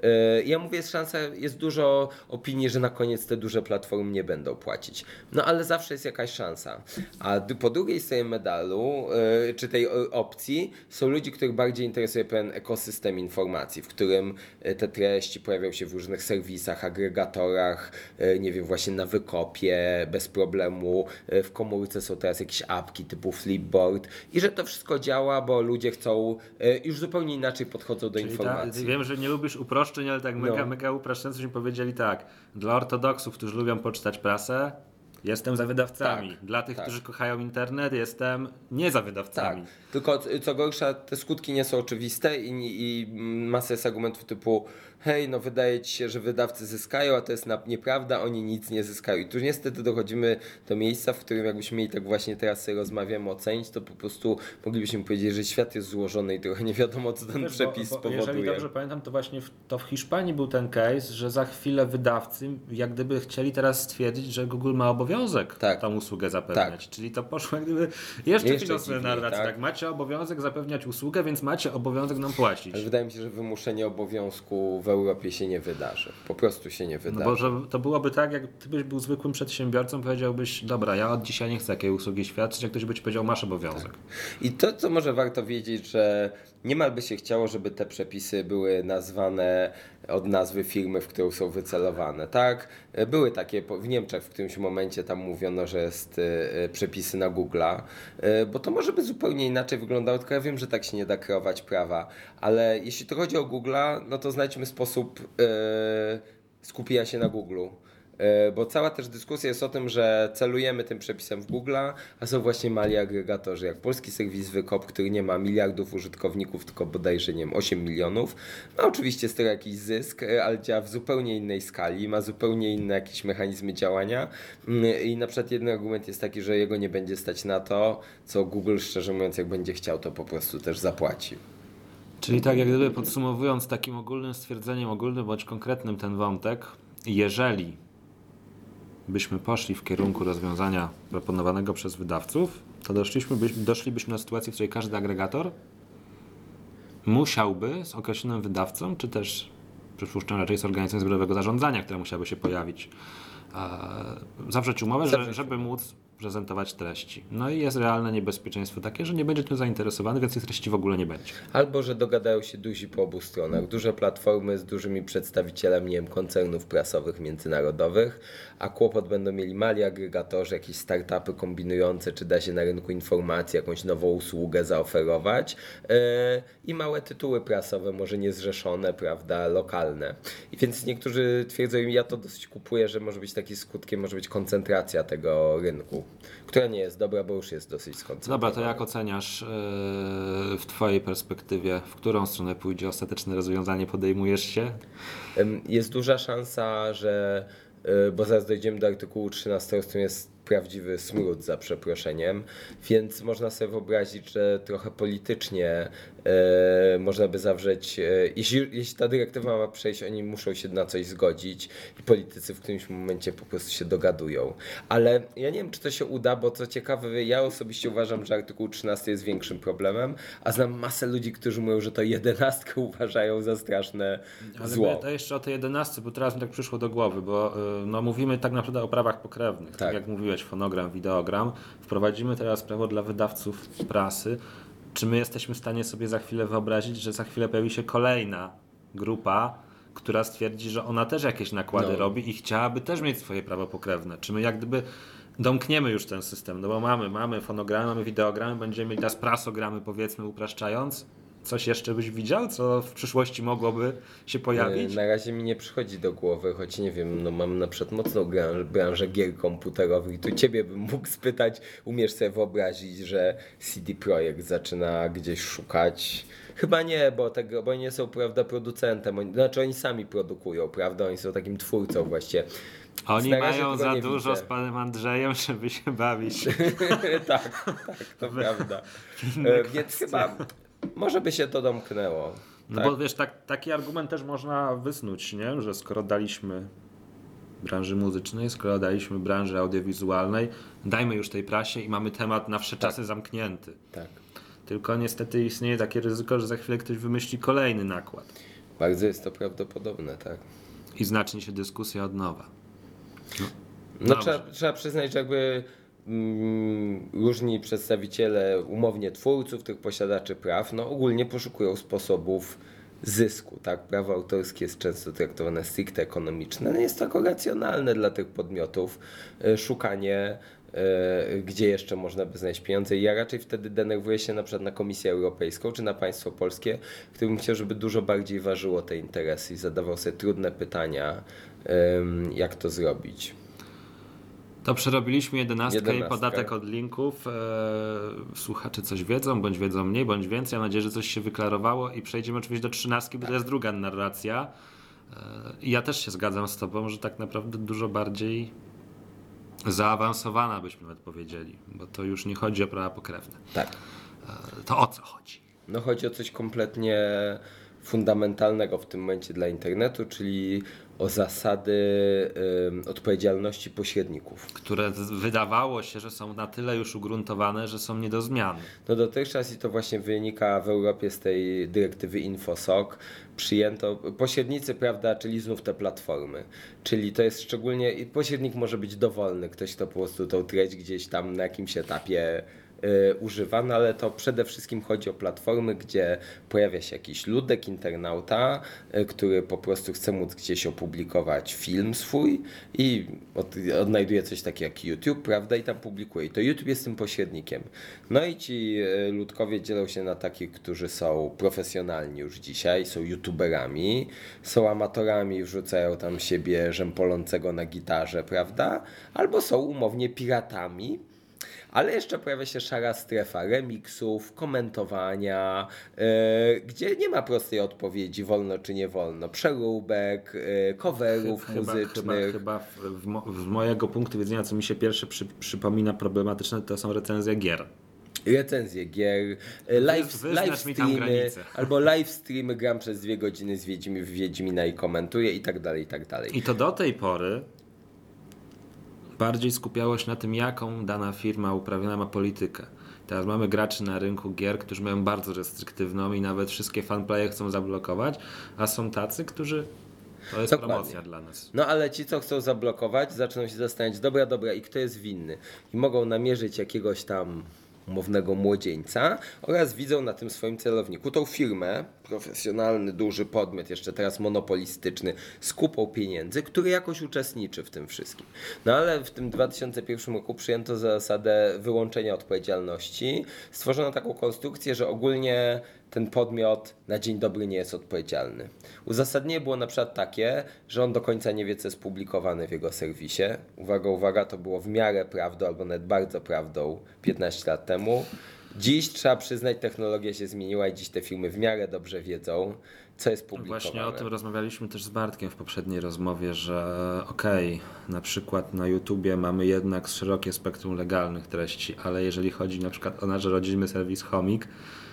Ja mówię, jest szansa, jest dużo opinii, że na koniec te duże platformy nie będą płacić. No ale zawsze jest jakaś szansa. A po drugiej stronie medalu, czy tej opcji, są ludzie, których bardziej interesuje pewien ekosystem informacji, w którym te treści pojawiają się w różnych serwisach, agregatorach, nie wiem, właśnie na Wykopie, bez problemu. W komórce są teraz jakieś apki typu Flipboard i że to wszystko działa, bo ludzie chcą, już zupełnie inaczej podchodzą do Czyli informacji. Ta, wiem, że nie lubisz uproszczeń, ale tak mega, No. mega upraszczająco mi powiedzieli tak. Dla ortodoksów, którzy lubią poczytać prasę, jestem za wydawcami. Tak, Dla tych, tak. którzy kochają internet, jestem nie za Tak, wydawcami. tylko co gorsza, te skutki nie są oczywiste i, i masa jest argumentów typu hej, no wydaje ci się, że wydawcy zyskają, a to jest na, nieprawda, oni nic nie zyskają. I tu niestety dochodzimy do miejsca, w którym jakbyśmy mieli tak właśnie teraz sobie rozmawiamy, ocenić, to po prostu moglibyśmy powiedzieć, że świat jest złożony i trochę nie wiadomo, co ten Wiesz, przepis bo, bo, spowoduje. Jeżeli dobrze pamiętam, to właśnie w, to w Hiszpanii był ten case, że za chwilę wydawcy jak gdyby chcieli teraz stwierdzić, że Google ma obowiązek Tak. tą usługę zapewniać. Tak. Czyli to poszło jak gdyby jeszcze, Jeszcze jeszcze dziwniej, narracji. tak? Tak? Macie obowiązek zapewniać usługę, więc macie obowiązek nam płacić. Ale wydaje mi się, że wymuszenie obowiązku w Europie się nie wydarzy. Po prostu się nie wydarzy. No bo że to byłoby tak, jak ty byś był zwykłym przedsiębiorcą, powiedziałbyś, dobra, ja od dzisiaj nie chcę takiej usługi świadczyć, jak ktoś by ci powiedział, masz obowiązek. I to, co może warto wiedzieć, że niemal by się chciało, żeby te przepisy były nazwane od nazwy firmy, w którą są wycelowane. Tak, były takie w Niemczech w którymś momencie tam mówiono, że jest przepisy na Google'a, bo to może by zupełnie inaczej wyglądało, tylko ja wiem, że tak się nie da kreować prawa, ale jeśli to chodzi o Google'a, no to znajdźmy sposób yy, skupienia się na Google'u. Bo cała też dyskusja jest o tym, że celujemy tym przepisem w Google'a, a są właśnie mali agregatorzy, jak polski serwis Wykop, który nie ma miliardów użytkowników, tylko bodajże nie wiem, osiem milionów. Ma oczywiście z tego jakiś zysk, ale działa w zupełnie innej skali, ma zupełnie inne jakieś mechanizmy działania i na przykład jeden argument jest taki, że jego nie będzie stać na to, co Google, szczerze mówiąc, jak będzie chciał, to po prostu też zapłaci. Czyli tak jak gdyby podsumowując takim ogólnym stwierdzeniem, ogólnym bądź konkretnym ten wątek, jeżeli byśmy poszli w kierunku rozwiązania proponowanego przez wydawców, to doszliśmy, doszlibyśmy do sytuacji, w której każdy agregator musiałby z określonym wydawcą, czy też przypuszczam raczej z organizacją zbiorowego zarządzania, która musiałaby się pojawić, zawrzeć umowę, że, żeby móc prezentować treści. No i jest realne niebezpieczeństwo takie, że nie będzie tym zainteresowany, więc tych treści w ogóle nie będzie. Albo, że dogadają się duzi po obu stronach. Duże platformy z dużymi przedstawicielami, nie wiem, koncernów prasowych międzynarodowych, a kłopot będą mieli mali agregatorzy, jakieś startupy kombinujące, czy da się na rynku informacji jakąś nową usługę zaoferować yy, i małe tytuły prasowe, może niezrzeszone, prawda, lokalne. I więc niektórzy twierdzą, i ja to dosyć kupuję, że może być takim skutkiem, może być koncentracja tego rynku, która nie jest dobra, bo już jest dosyć skoncentrowana. Dobra, to jak oceniasz yy, w twojej perspektywie, w którą stronę pójdzie ostateczne rozwiązanie, podejmujesz się? Jest duża szansa, że, bo zaraz dojdziemy do artykułu trzynastego, z którym jest prawdziwy smród, za przeproszeniem, więc można sobie wyobrazić, że trochę politycznie e, można by zawrzeć, e, jeśli, jeśli ta dyrektywa ma przejść, oni muszą się na coś zgodzić i politycy w którymś momencie po prostu się dogadują. Ale ja nie wiem, czy to się uda, bo co ciekawe, ja osobiście uważam, że artykuł trzynasty jest większym problemem, a znam masę ludzi, którzy mówią, że to jedenastkę uważają za straszne Ale zło. to jeszcze o tej jedenastce, bo teraz mi tak przyszło do głowy, bo no, mówimy tak naprawdę o prawach pokrewnych, tak, tak jak mówiłeś, fonogram, wideogram. Wprowadzimy teraz prawo dla wydawców prasy. Czy my jesteśmy w stanie sobie za chwilę wyobrazić, że za chwilę pojawi się kolejna grupa, która stwierdzi, że ona też jakieś nakłady no. robi i chciałaby też mieć swoje prawo pokrewne? Czy my jak gdyby domkniemy już ten system? No bo mamy, mamy fonogramy, mamy wideogramy, będziemy mieli teraz prasogramy, powiedzmy, upraszczając. Coś jeszcze byś widział, co w przyszłości mogłoby się pojawić? Na razie mi nie przychodzi do głowy, choć nie wiem, no mam na przykład mocną branżę, branżę gier komputerowych i tu ciebie bym mógł spytać, umiesz sobie wyobrazić, że C D Projekt zaczyna gdzieś szukać? Chyba nie, bo, tego, bo oni nie są, prawda, producentem, oni, znaczy oni sami produkują, prawda, oni są takim twórcą właściwie. Oni mają za dużo widzę. Z panem Andrzejem, żeby się bawić. tak, tak, to prawda. E, więc chyba może by się to domknęło. No tak? bo wiesz, tak, taki argument też można wysnuć, nie? Że skoro daliśmy branży muzycznej, skoro daliśmy branży audiowizualnej, dajmy już tej prasie i mamy temat na wsze czasy tak. zamknięty. Tak. Tylko niestety istnieje takie ryzyko, że za chwilę ktoś wymyśli kolejny nakład. Bardzo jest to prawdopodobne, tak. I zacznie się dyskusja od nowa. No, no trzeba, trzeba przyznać, że jakby mm, różni przedstawiciele, umownie twórców, tych posiadaczy praw, no ogólnie poszukują sposobów zysku, tak? Prawo autorskie jest często traktowane stricte ekonomiczne, no jest to racjonalne dla tych podmiotów, szukanie gdzie jeszcze można by znaleźć pieniądze. I ja raczej wtedy denerwuję się na przykład na Komisję Europejską czy na państwo polskie, którym chciał, żeby dużo bardziej ważyło te interesy i zadawał sobie trudne pytania, jak to zrobić. To przerobiliśmy jedenastkę, jedenastkę. I podatek od linków. Słuchacze coś wiedzą, bądź wiedzą mniej, bądź więcej. Mam nadzieję, że coś się wyklarowało i przejdziemy oczywiście do trzynastki, bo to jest druga narracja. I ja też się zgadzam z tobą, że tak naprawdę dużo bardziej zaawansowana, byśmy nawet powiedzieli, bo to już nie chodzi o prawa pokrewne. Tak. To o co chodzi? No chodzi o coś kompletnie fundamentalnego w tym momencie dla internetu, czyli o zasady y, odpowiedzialności pośredników. Które wydawało się, że są na tyle już ugruntowane, że są nie do zmiany. No dotychczas i to właśnie wynika w Europie z tej dyrektywy InfoSoc, przyjęto pośrednicy, prawda, czyli znów te platformy. Czyli to jest szczególnie, i pośrednik może być dowolny, ktoś to po prostu tą treść gdzieś tam na jakimś etapie y, używa, no ale to przede wszystkim chodzi o platformy, gdzie pojawia się jakiś ludek, internauta, y, który po prostu chce móc gdzieś opublikować film swój i od, odnajduje coś takiego jak YouTube, prawda, i tam publikuje. I to YouTube jest tym pośrednikiem. No i ci y, ludkowie dzielą się na takich, którzy są profesjonalni już dzisiaj, są youtuberami, są amatorami, wrzucają tam siebie rzępolącego na gitarze, prawda, albo są umownie piratami. Ale jeszcze pojawia się szara strefa remiksów, komentowania, yy, gdzie nie ma prostej odpowiedzi, wolno czy nie wolno, przeróbek, yy, coverów chyba, muzycznych. Chyba, chyba w, mo- z mojego punktu widzenia, co mi się pierwsze przy, przypomina problematyczne, to są recenzje gier. Recenzje gier, live, live streamy, albo live streamy, gram przez dwie godziny z Wiedźmi, w Wiedźmina i komentuję i tak dalej, i tak dalej. I to do tej pory bardziej skupiało się na tym, jaką dana firma uprawiona ma politykę. Teraz mamy graczy na rynku gier, którzy mają bardzo restriktywną i nawet wszystkie fanplaye chcą zablokować, a są tacy, którzy To jest Dokładnie. promocja dla nas. No ale ci, co chcą zablokować, zaczną się zastanawiać, dobra, dobra, i kto jest winny? I mogą namierzyć jakiegoś tam umownego młodzieńca oraz widzą na tym swoim celowniku tą firmę, profesjonalny, duży podmiot, jeszcze teraz monopolistyczny, z kupą pieniędzy, który jakoś uczestniczy w tym wszystkim. No ale w tym dwa tysiące pierwszym roku przyjęto zasadę wyłączenia odpowiedzialności. Stworzono taką konstrukcję, że ogólnie ten podmiot na dzień dobry nie jest odpowiedzialny. Uzasadnienie było na przykład takie, że on do końca nie wie, co jest publikowane w jego serwisie. Uwaga, uwaga, to było w miarę prawdą, albo nawet bardzo prawdą piętnaście lat temu. Dziś trzeba przyznać, technologia się zmieniła i dziś te firmy w miarę dobrze wiedzą, co jest publikowane. Właśnie o tym rozmawialiśmy też z Bartkiem w poprzedniej rozmowie, że okej, okay, na przykład na YouTubie mamy jednak szerokie spektrum legalnych treści, ale jeżeli chodzi na przykład o nasz rodzimy serwis Chomik,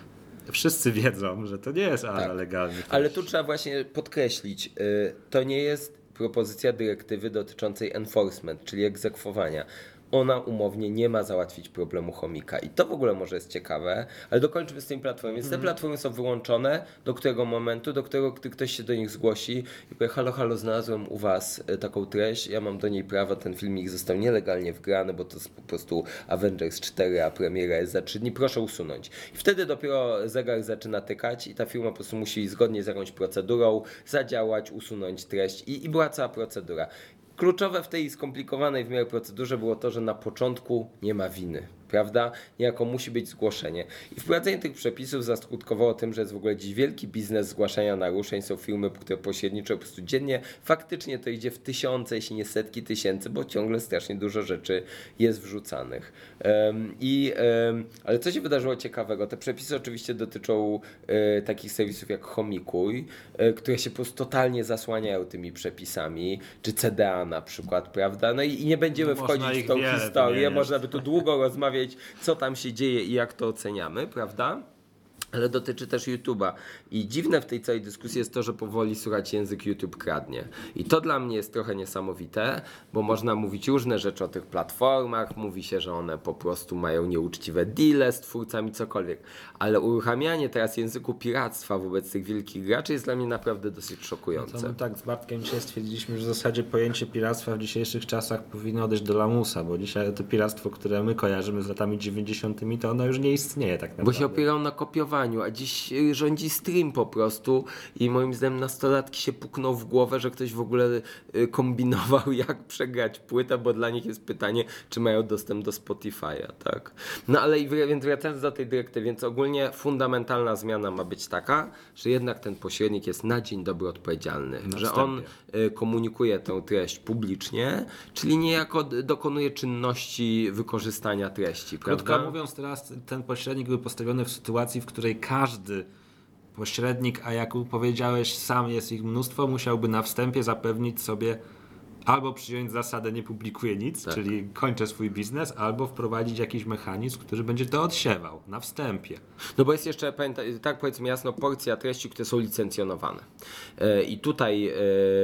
wszyscy wiedzą, że to nie jest ara tak. legalny. Ale tu trzeba właśnie podkreślić, to nie jest propozycja dyrektywy dotyczącej enforcement, czyli egzekwowania. Ona umownie nie ma załatwić problemu chomika. I to w ogóle może jest ciekawe, ale dokończmy z tymi platformami. Więc te platformy są wyłączone do którego momentu, do którego gdy ktoś się do nich zgłosi i powie, halo, halo, znalazłem u was taką treść, ja mam do niej prawo, ten filmik został nielegalnie wgrany, bo to jest po prostu Avengers cztery, a premiera jest za trzy dni, proszę usunąć. I wtedy dopiero zegar zaczyna tykać i ta firma po prostu musi zgodnie z jakąś procedurą zadziałać, usunąć treść i, i była cała procedura. Kluczowe w tej skomplikowanej w miarę procedurze było to, że na początku nie ma winy, prawda? Niejako musi być zgłoszenie. I wprowadzenie tych przepisów zaskutkowało tym, że jest w ogóle dziś wielki biznes zgłaszania naruszeń. Są firmy, które pośredniczą po prostu dziennie. Faktycznie to idzie w tysiące, jeśli nie setki tysięcy, bo ciągle strasznie dużo rzeczy jest wrzucanych. Um, i, um, ale co się wydarzyło ciekawego? Te przepisy oczywiście dotyczą e, takich serwisów jak Chomikuj, e, które się po prostu totalnie zasłaniają tymi przepisami, czy C D A na przykład, prawda? No i, i nie będziemy no, wchodzić w tą historię, można by tu długo rozmawiać, co tam się dzieje i jak to oceniamy, prawda? Ale dotyczy też YouTube'a. I dziwne w tej całej dyskusji jest to, że powoli słychać język YouTube kradnie. I to dla mnie jest trochę niesamowite, bo można mówić różne rzeczy o tych platformach, mówi się, że one po prostu mają nieuczciwe deale z twórcami, cokolwiek. Ale uruchamianie teraz języku piractwa wobec tych wielkich graczy jest dla mnie naprawdę dosyć szokujące. No to my tak z Bartkiem dzisiaj stwierdziliśmy, że w zasadzie pojęcie piractwa w dzisiejszych czasach powinno odejść do lamusa, bo dzisiaj to piractwo, które my kojarzymy z latami dziewięćdziesiątymi, to ono już nie istnieje tak naprawdę. Bo się opierało na kopiowaniu. A dziś rządzi stream po prostu i moim zdaniem nastolatki się pukną w głowę, że ktoś w ogóle kombinował, jak przegrać płytę, bo dla nich jest pytanie, czy mają dostęp do Spotify'a, tak? No ale więc wracając do tej dyrektywy, więc ogólnie fundamentalna zmiana ma być taka, że jednak ten pośrednik jest na dzień dobry odpowiedzialny, na że wstępie. on komunikuje tę treść publicznie, czyli niejako dokonuje czynności wykorzystania treści, Krótko prawda? mówiąc, teraz ten pośrednik był postawiony w sytuacji, w której każdy pośrednik, a jak powiedziałeś sam, jest ich mnóstwo, musiałby na wstępie zapewnić sobie albo przyjąć zasadę nie publikuję nic, tak. czyli kończę swój biznes, albo wprowadzić jakiś mechanizm, który będzie to odsiewał na wstępie. No bo jest jeszcze, pamiętaj, tak powiedzmy jasno, porcja treści, które są licencjonowane. Yy, I tutaj yy,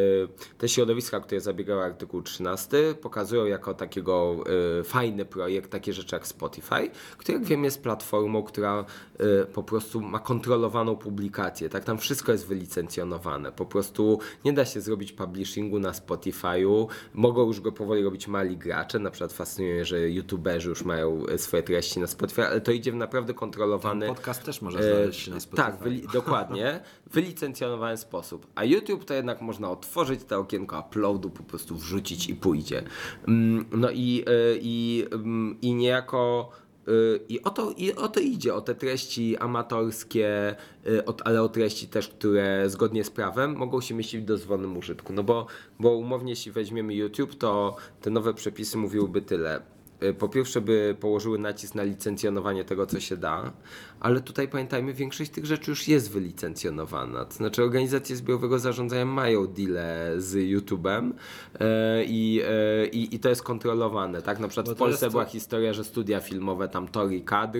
te środowiska, które zabiegały artykuł trzynasty, pokazują jako takiego yy, fajny projekt takie rzeczy jak Spotify, który jak wiem jest platformą, która yy, po prostu ma kontrolowaną publikację. Tak, tam wszystko jest wylicencjonowane. Po prostu nie da się zrobić publishingu na Spotify'u. Mogą już go powoli robić mali gracze, na przykład fascynuje mnie, że youtuberzy już mają swoje treści na Spotify, ale to idzie w naprawdę kontrolowany... Ten podcast też może znaleźć się na Spotify. Tak, wyli- dokładnie, wylicencjonowany sposób. A YouTube to jednak można otworzyć to okienko uploadu, po prostu wrzucić i pójdzie. No i, i, i niejako... I o, to, I o to idzie, o te treści amatorskie, ale o treści też, które zgodnie z prawem mogą się mieścić w dozwolonym użytku. No bo, bo umownie, jeśli weźmiemy YouTube, to te nowe przepisy mówiłyby tyle. Po pierwsze by położyły nacisk na licencjonowanie tego, co się da, ale tutaj pamiętajmy, większość tych rzeczy już jest wylicencjonowana. To znaczy organizacje zbiorowego zarządzania mają deale z YouTube'em e, i, e, i to jest kontrolowane. Tak? Na przykład w Polsce była to... historia, że studia filmowe, tam Tori Kadr,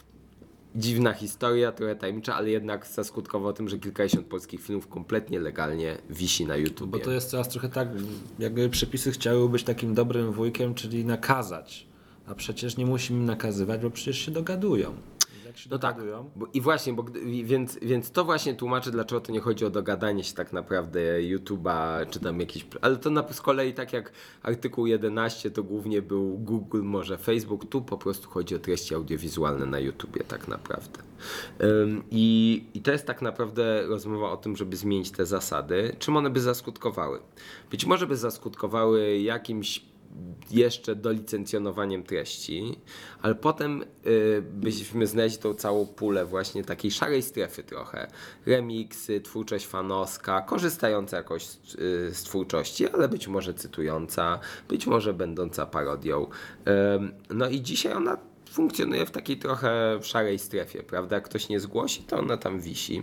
dziwna historia, trochę tajemnicza, ale jednak zaskutkowało tym, że kilkadziesiąt polskich filmów kompletnie legalnie wisi na YouTube. Bo to jest teraz trochę tak, jakby przepisy chciały być takim dobrym wujkiem, czyli nakazać. A przecież nie musimy nakazywać, bo przecież się dogadują. Jak się No tak, dogadują. bo, i właśnie, bo, gdy- więc, więc to właśnie tłumaczy, dlaczego to nie chodzi o dogadanie się tak naprawdę YouTube'a, czy tam jakieś, ale to na, z kolei tak jak artykuł jedenaście to głównie był Google, może Facebook, tu po prostu chodzi o treści audiowizualne na YouTubie tak naprawdę. Ym, i, I to jest tak naprawdę rozmowa o tym, żeby zmienić te zasady. Czym one by zaskutkowały? Być może by zaskutkowały jakimś jeszcze dolicencjonowaniem treści, ale potem y, byśmy znaleźli tą całą pulę właśnie takiej szarej strefy trochę. Remiksy, twórczość fanowska, korzystająca jakoś z, y, z twórczości, ale być może cytująca, być może będąca parodią. Y, no i dzisiaj ona funkcjonuje w takiej trochę szarej strefie, prawda? Jak ktoś nie zgłosi, to ona tam wisi.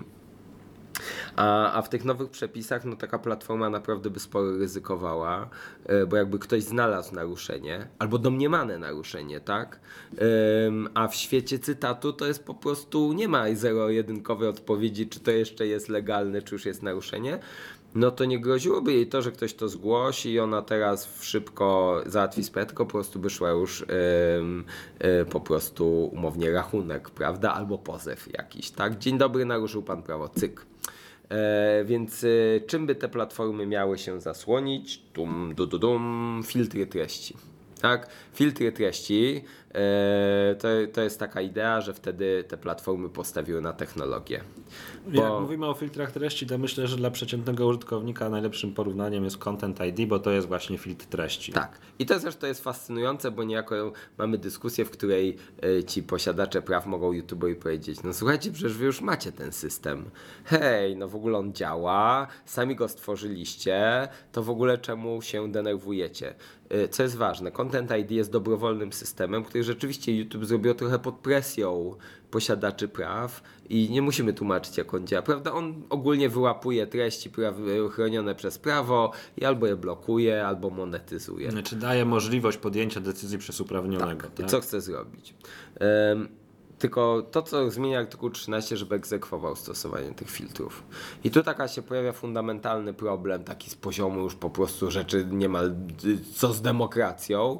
A, a w tych nowych przepisach no taka platforma naprawdę by sporo ryzykowała, yy, bo jakby ktoś znalazł naruszenie, albo domniemane naruszenie, tak? Yy, a w świecie cytatu to jest po prostu, nie ma zero-jedynkowej odpowiedzi, czy to jeszcze jest legalne, czy już jest naruszenie. No to nie groziłoby jej to, że ktoś to zgłosi i ona teraz szybko załatwi sprawę, tylko po prostu by szła już yy, yy, po prostu umownie rachunek, prawda? Albo pozew jakiś, tak? Dzień dobry, naruszył pan prawo, cyk. E, więc e, czym by te platformy miały się zasłonić? Dum, du, du, dum, filtry treści. Tak? Filtry treści e, to, to jest taka idea, że wtedy te platformy postawiły na technologię. Bo... Jak mówimy o filtrach treści, to myślę, że dla przeciętnego użytkownika najlepszym porównaniem jest Content I D, bo to jest właśnie filtr treści. Tak. I to zresztą jest fascynujące, bo niejako mamy dyskusję, w której y, ci posiadacze praw mogą YouTube'owi powiedzieć, no słuchajcie, przecież wy już macie ten system. Hej, no w ogóle on działa, sami go stworzyliście, to w ogóle czemu się denerwujecie? Y, co jest ważne, Content I D jest dobrowolnym systemem, który rzeczywiście YouTube zrobił trochę pod presją posiadaczy praw i nie musimy tłumaczyć, jak on działa. Prawda? On ogólnie wyłapuje treści praw- chronione przez prawo i albo je blokuje, albo monetyzuje. Znaczy daje możliwość podjęcia decyzji przez uprawnionego. Tak. Tak? I co chce zrobić? Um, tylko to, co zmienia artykuł trzynaście, żeby egzekwował stosowanie tych filtrów. I tu taka się pojawia fundamentalny problem, taki z poziomu już po prostu rzeczy niemal co z demokracją,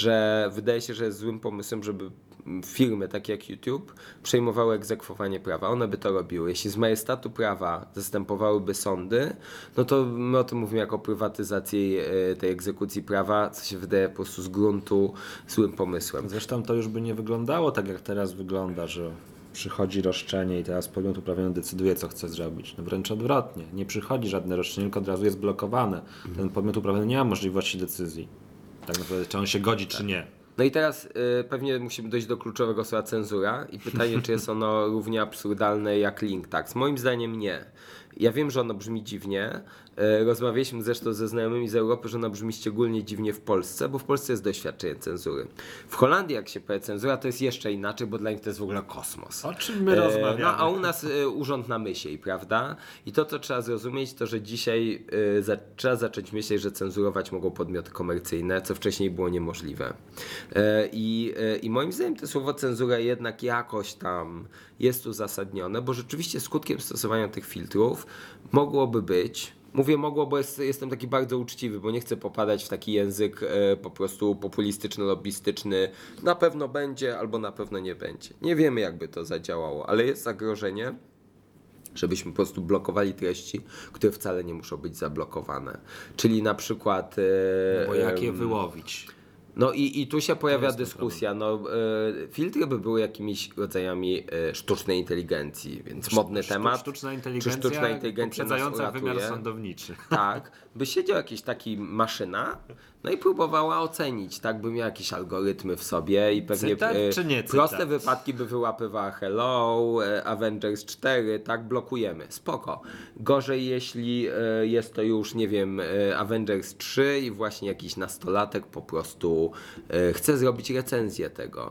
że wydaje się, że jest złym pomysłem, żeby firmy takie jak YouTube przejmowały egzekwowanie prawa. One by to robiły. Jeśli z majestatu prawa zastępowałyby sądy, no to my o tym mówimy jako prywatyzacji tej egzekucji prawa, co się wydaje po prostu z gruntu złym pomysłem. Zresztą to już by nie wyglądało tak, jak teraz wygląda, że przychodzi roszczenie i teraz podmiot uprawniony decyduje, co chce zrobić. No wręcz odwrotnie. Nie przychodzi żadne roszczenie, tylko od razu jest blokowane. Ten podmiot uprawniony nie ma możliwości decyzji. Tak naprawdę, czy on się godzi, czy nie. No i teraz y, pewnie musimy dojść do kluczowego słowa cenzura i pytanie, czy jest ono równie absurdalne jak link tax. Moim zdaniem nie. Ja wiem, że ono brzmi dziwnie. Y, rozmawialiśmy zresztą ze znajomymi z Europy, że ono brzmi szczególnie dziwnie w Polsce, bo w Polsce jest doświadczenie cenzury. W Holandii, jak się powie cenzura, to jest jeszcze inaczej, bo dla nich to jest w ogóle kosmos. O czym my rozmawiamy? No, a u nas y, urząd na myśli, prawda? I to, co trzeba zrozumieć, to, że dzisiaj y, za, trzeba zacząć myśleć, że cenzurować mogą podmioty komercyjne, co wcześniej było niemożliwe. Y, I, y, I moim zdaniem to słowo cenzura jednak jakoś tam jest uzasadnione, bo rzeczywiście skutkiem stosowania tych filtrów mogłoby być, mówię mogło, bo jest, jestem taki bardzo uczciwy, bo nie chcę popadać w taki język e, po prostu populistyczny, lobbystyczny. Na pewno będzie, albo na pewno nie będzie. Nie wiemy, jakby to zadziałało, ale jest zagrożenie, żebyśmy po prostu blokowali treści, które wcale nie muszą być zablokowane. Czyli na przykład... E, no bo jak je wyłowić? No i, i tu się pojawia dyskusja. No, y, filtry by były jakimiś rodzajami y, sztucznej inteligencji, więc modny Sztu, temat. Sztuczna inteligencja, czy sztuczna inteligencja poprzedzająca wymiar sądowniczy. Tak, by siedział jakiś taki maszyna, no i próbowała ocenić, tak, by miał jakieś algorytmy w sobie i pewnie cytat, y, czy nie proste cytat? wypadki by wyłapywała hello, y, Avengers cztery, tak, blokujemy. Spoko. Gorzej, jeśli y, jest to już, nie wiem, y, Avengers trzy i właśnie jakiś nastolatek po prostu chcę zrobić recenzję tego.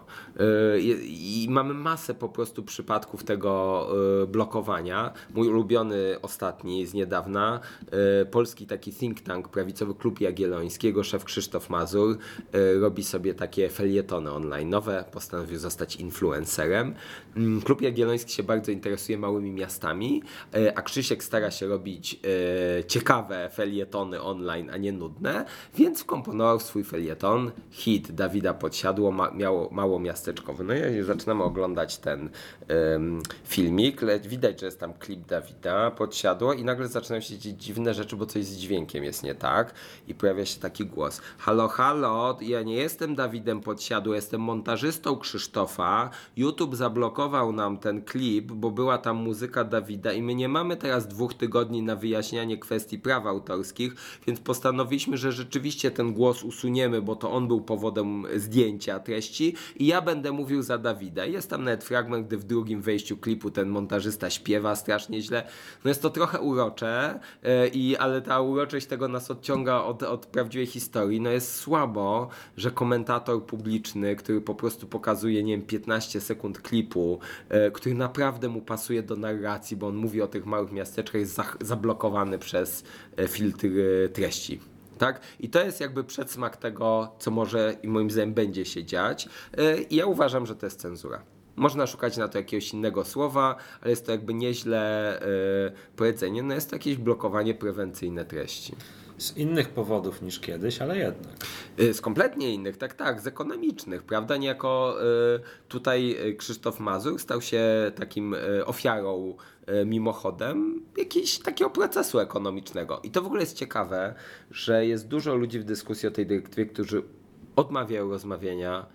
I mamy masę po prostu przypadków tego blokowania. Mój ulubiony ostatni z niedawna, polski taki think tank, prawicowy Klub Jagiellońskiego, szef Krzysztof Mazur, robi sobie takie felietony online'owe, postanowił zostać influencerem. Klub Jagielloński się bardzo interesuje małymi miastami, a Krzysiek stara się robić ciekawe felietony online, a nie nudne, więc wkomponował w swój felieton hit Dawida Podsiadło, ma, miało, mało miasteczkowy. No i zaczynamy oglądać ten um, filmik, lecz widać, że jest tam klip Dawida Podsiadło i nagle zaczynają się dziać dziwne rzeczy, bo coś z dźwiękiem jest nie tak i pojawia się taki głos. Halo, halo, ja nie jestem Dawidem Podsiadło, jestem montażystą Krzysztofa. YouTube zablokował nam ten klip, bo była tam muzyka Dawida i my nie mamy teraz dwóch tygodni na wyjaśnianie kwestii praw autorskich, więc postanowiliśmy, że rzeczywiście ten głos usuniemy, bo to on był powodem zdjęcia treści i ja będę mówił za Dawida. Jest tam nawet fragment, gdy w drugim wejściu klipu ten montażysta śpiewa strasznie źle. No jest to trochę urocze, yy, i, ale ta uroczość tego nas odciąga od, od prawdziwej historii. No jest słabo, że komentator publiczny, który po prostu pokazuje, nie wiem, piętnaście sekund klipu, yy, który naprawdę mu pasuje do narracji, bo on mówi o tych małych miasteczkach, jest za, zablokowany przez yy, filtr yy, treści. Tak? I to jest jakby przedsmak tego, co może i moim zdaniem będzie się dziać. I ja uważam, że to jest cenzura. Można szukać na to jakiegoś innego słowa, ale jest to jakby nieźle yy, powiedzenie. No jest to jakieś blokowanie prewencyjne treści. Z innych powodów niż kiedyś, ale jednak. Z kompletnie innych, tak, tak, z ekonomicznych, prawda? Niejako y, tutaj Krzysztof Mazur stał się takim y, ofiarą y, mimochodem jakiegoś takiego procesu ekonomicznego. I to w ogóle jest ciekawe, że jest dużo ludzi w dyskusji o tej dyrektywie, którzy odmawiają rozmawiania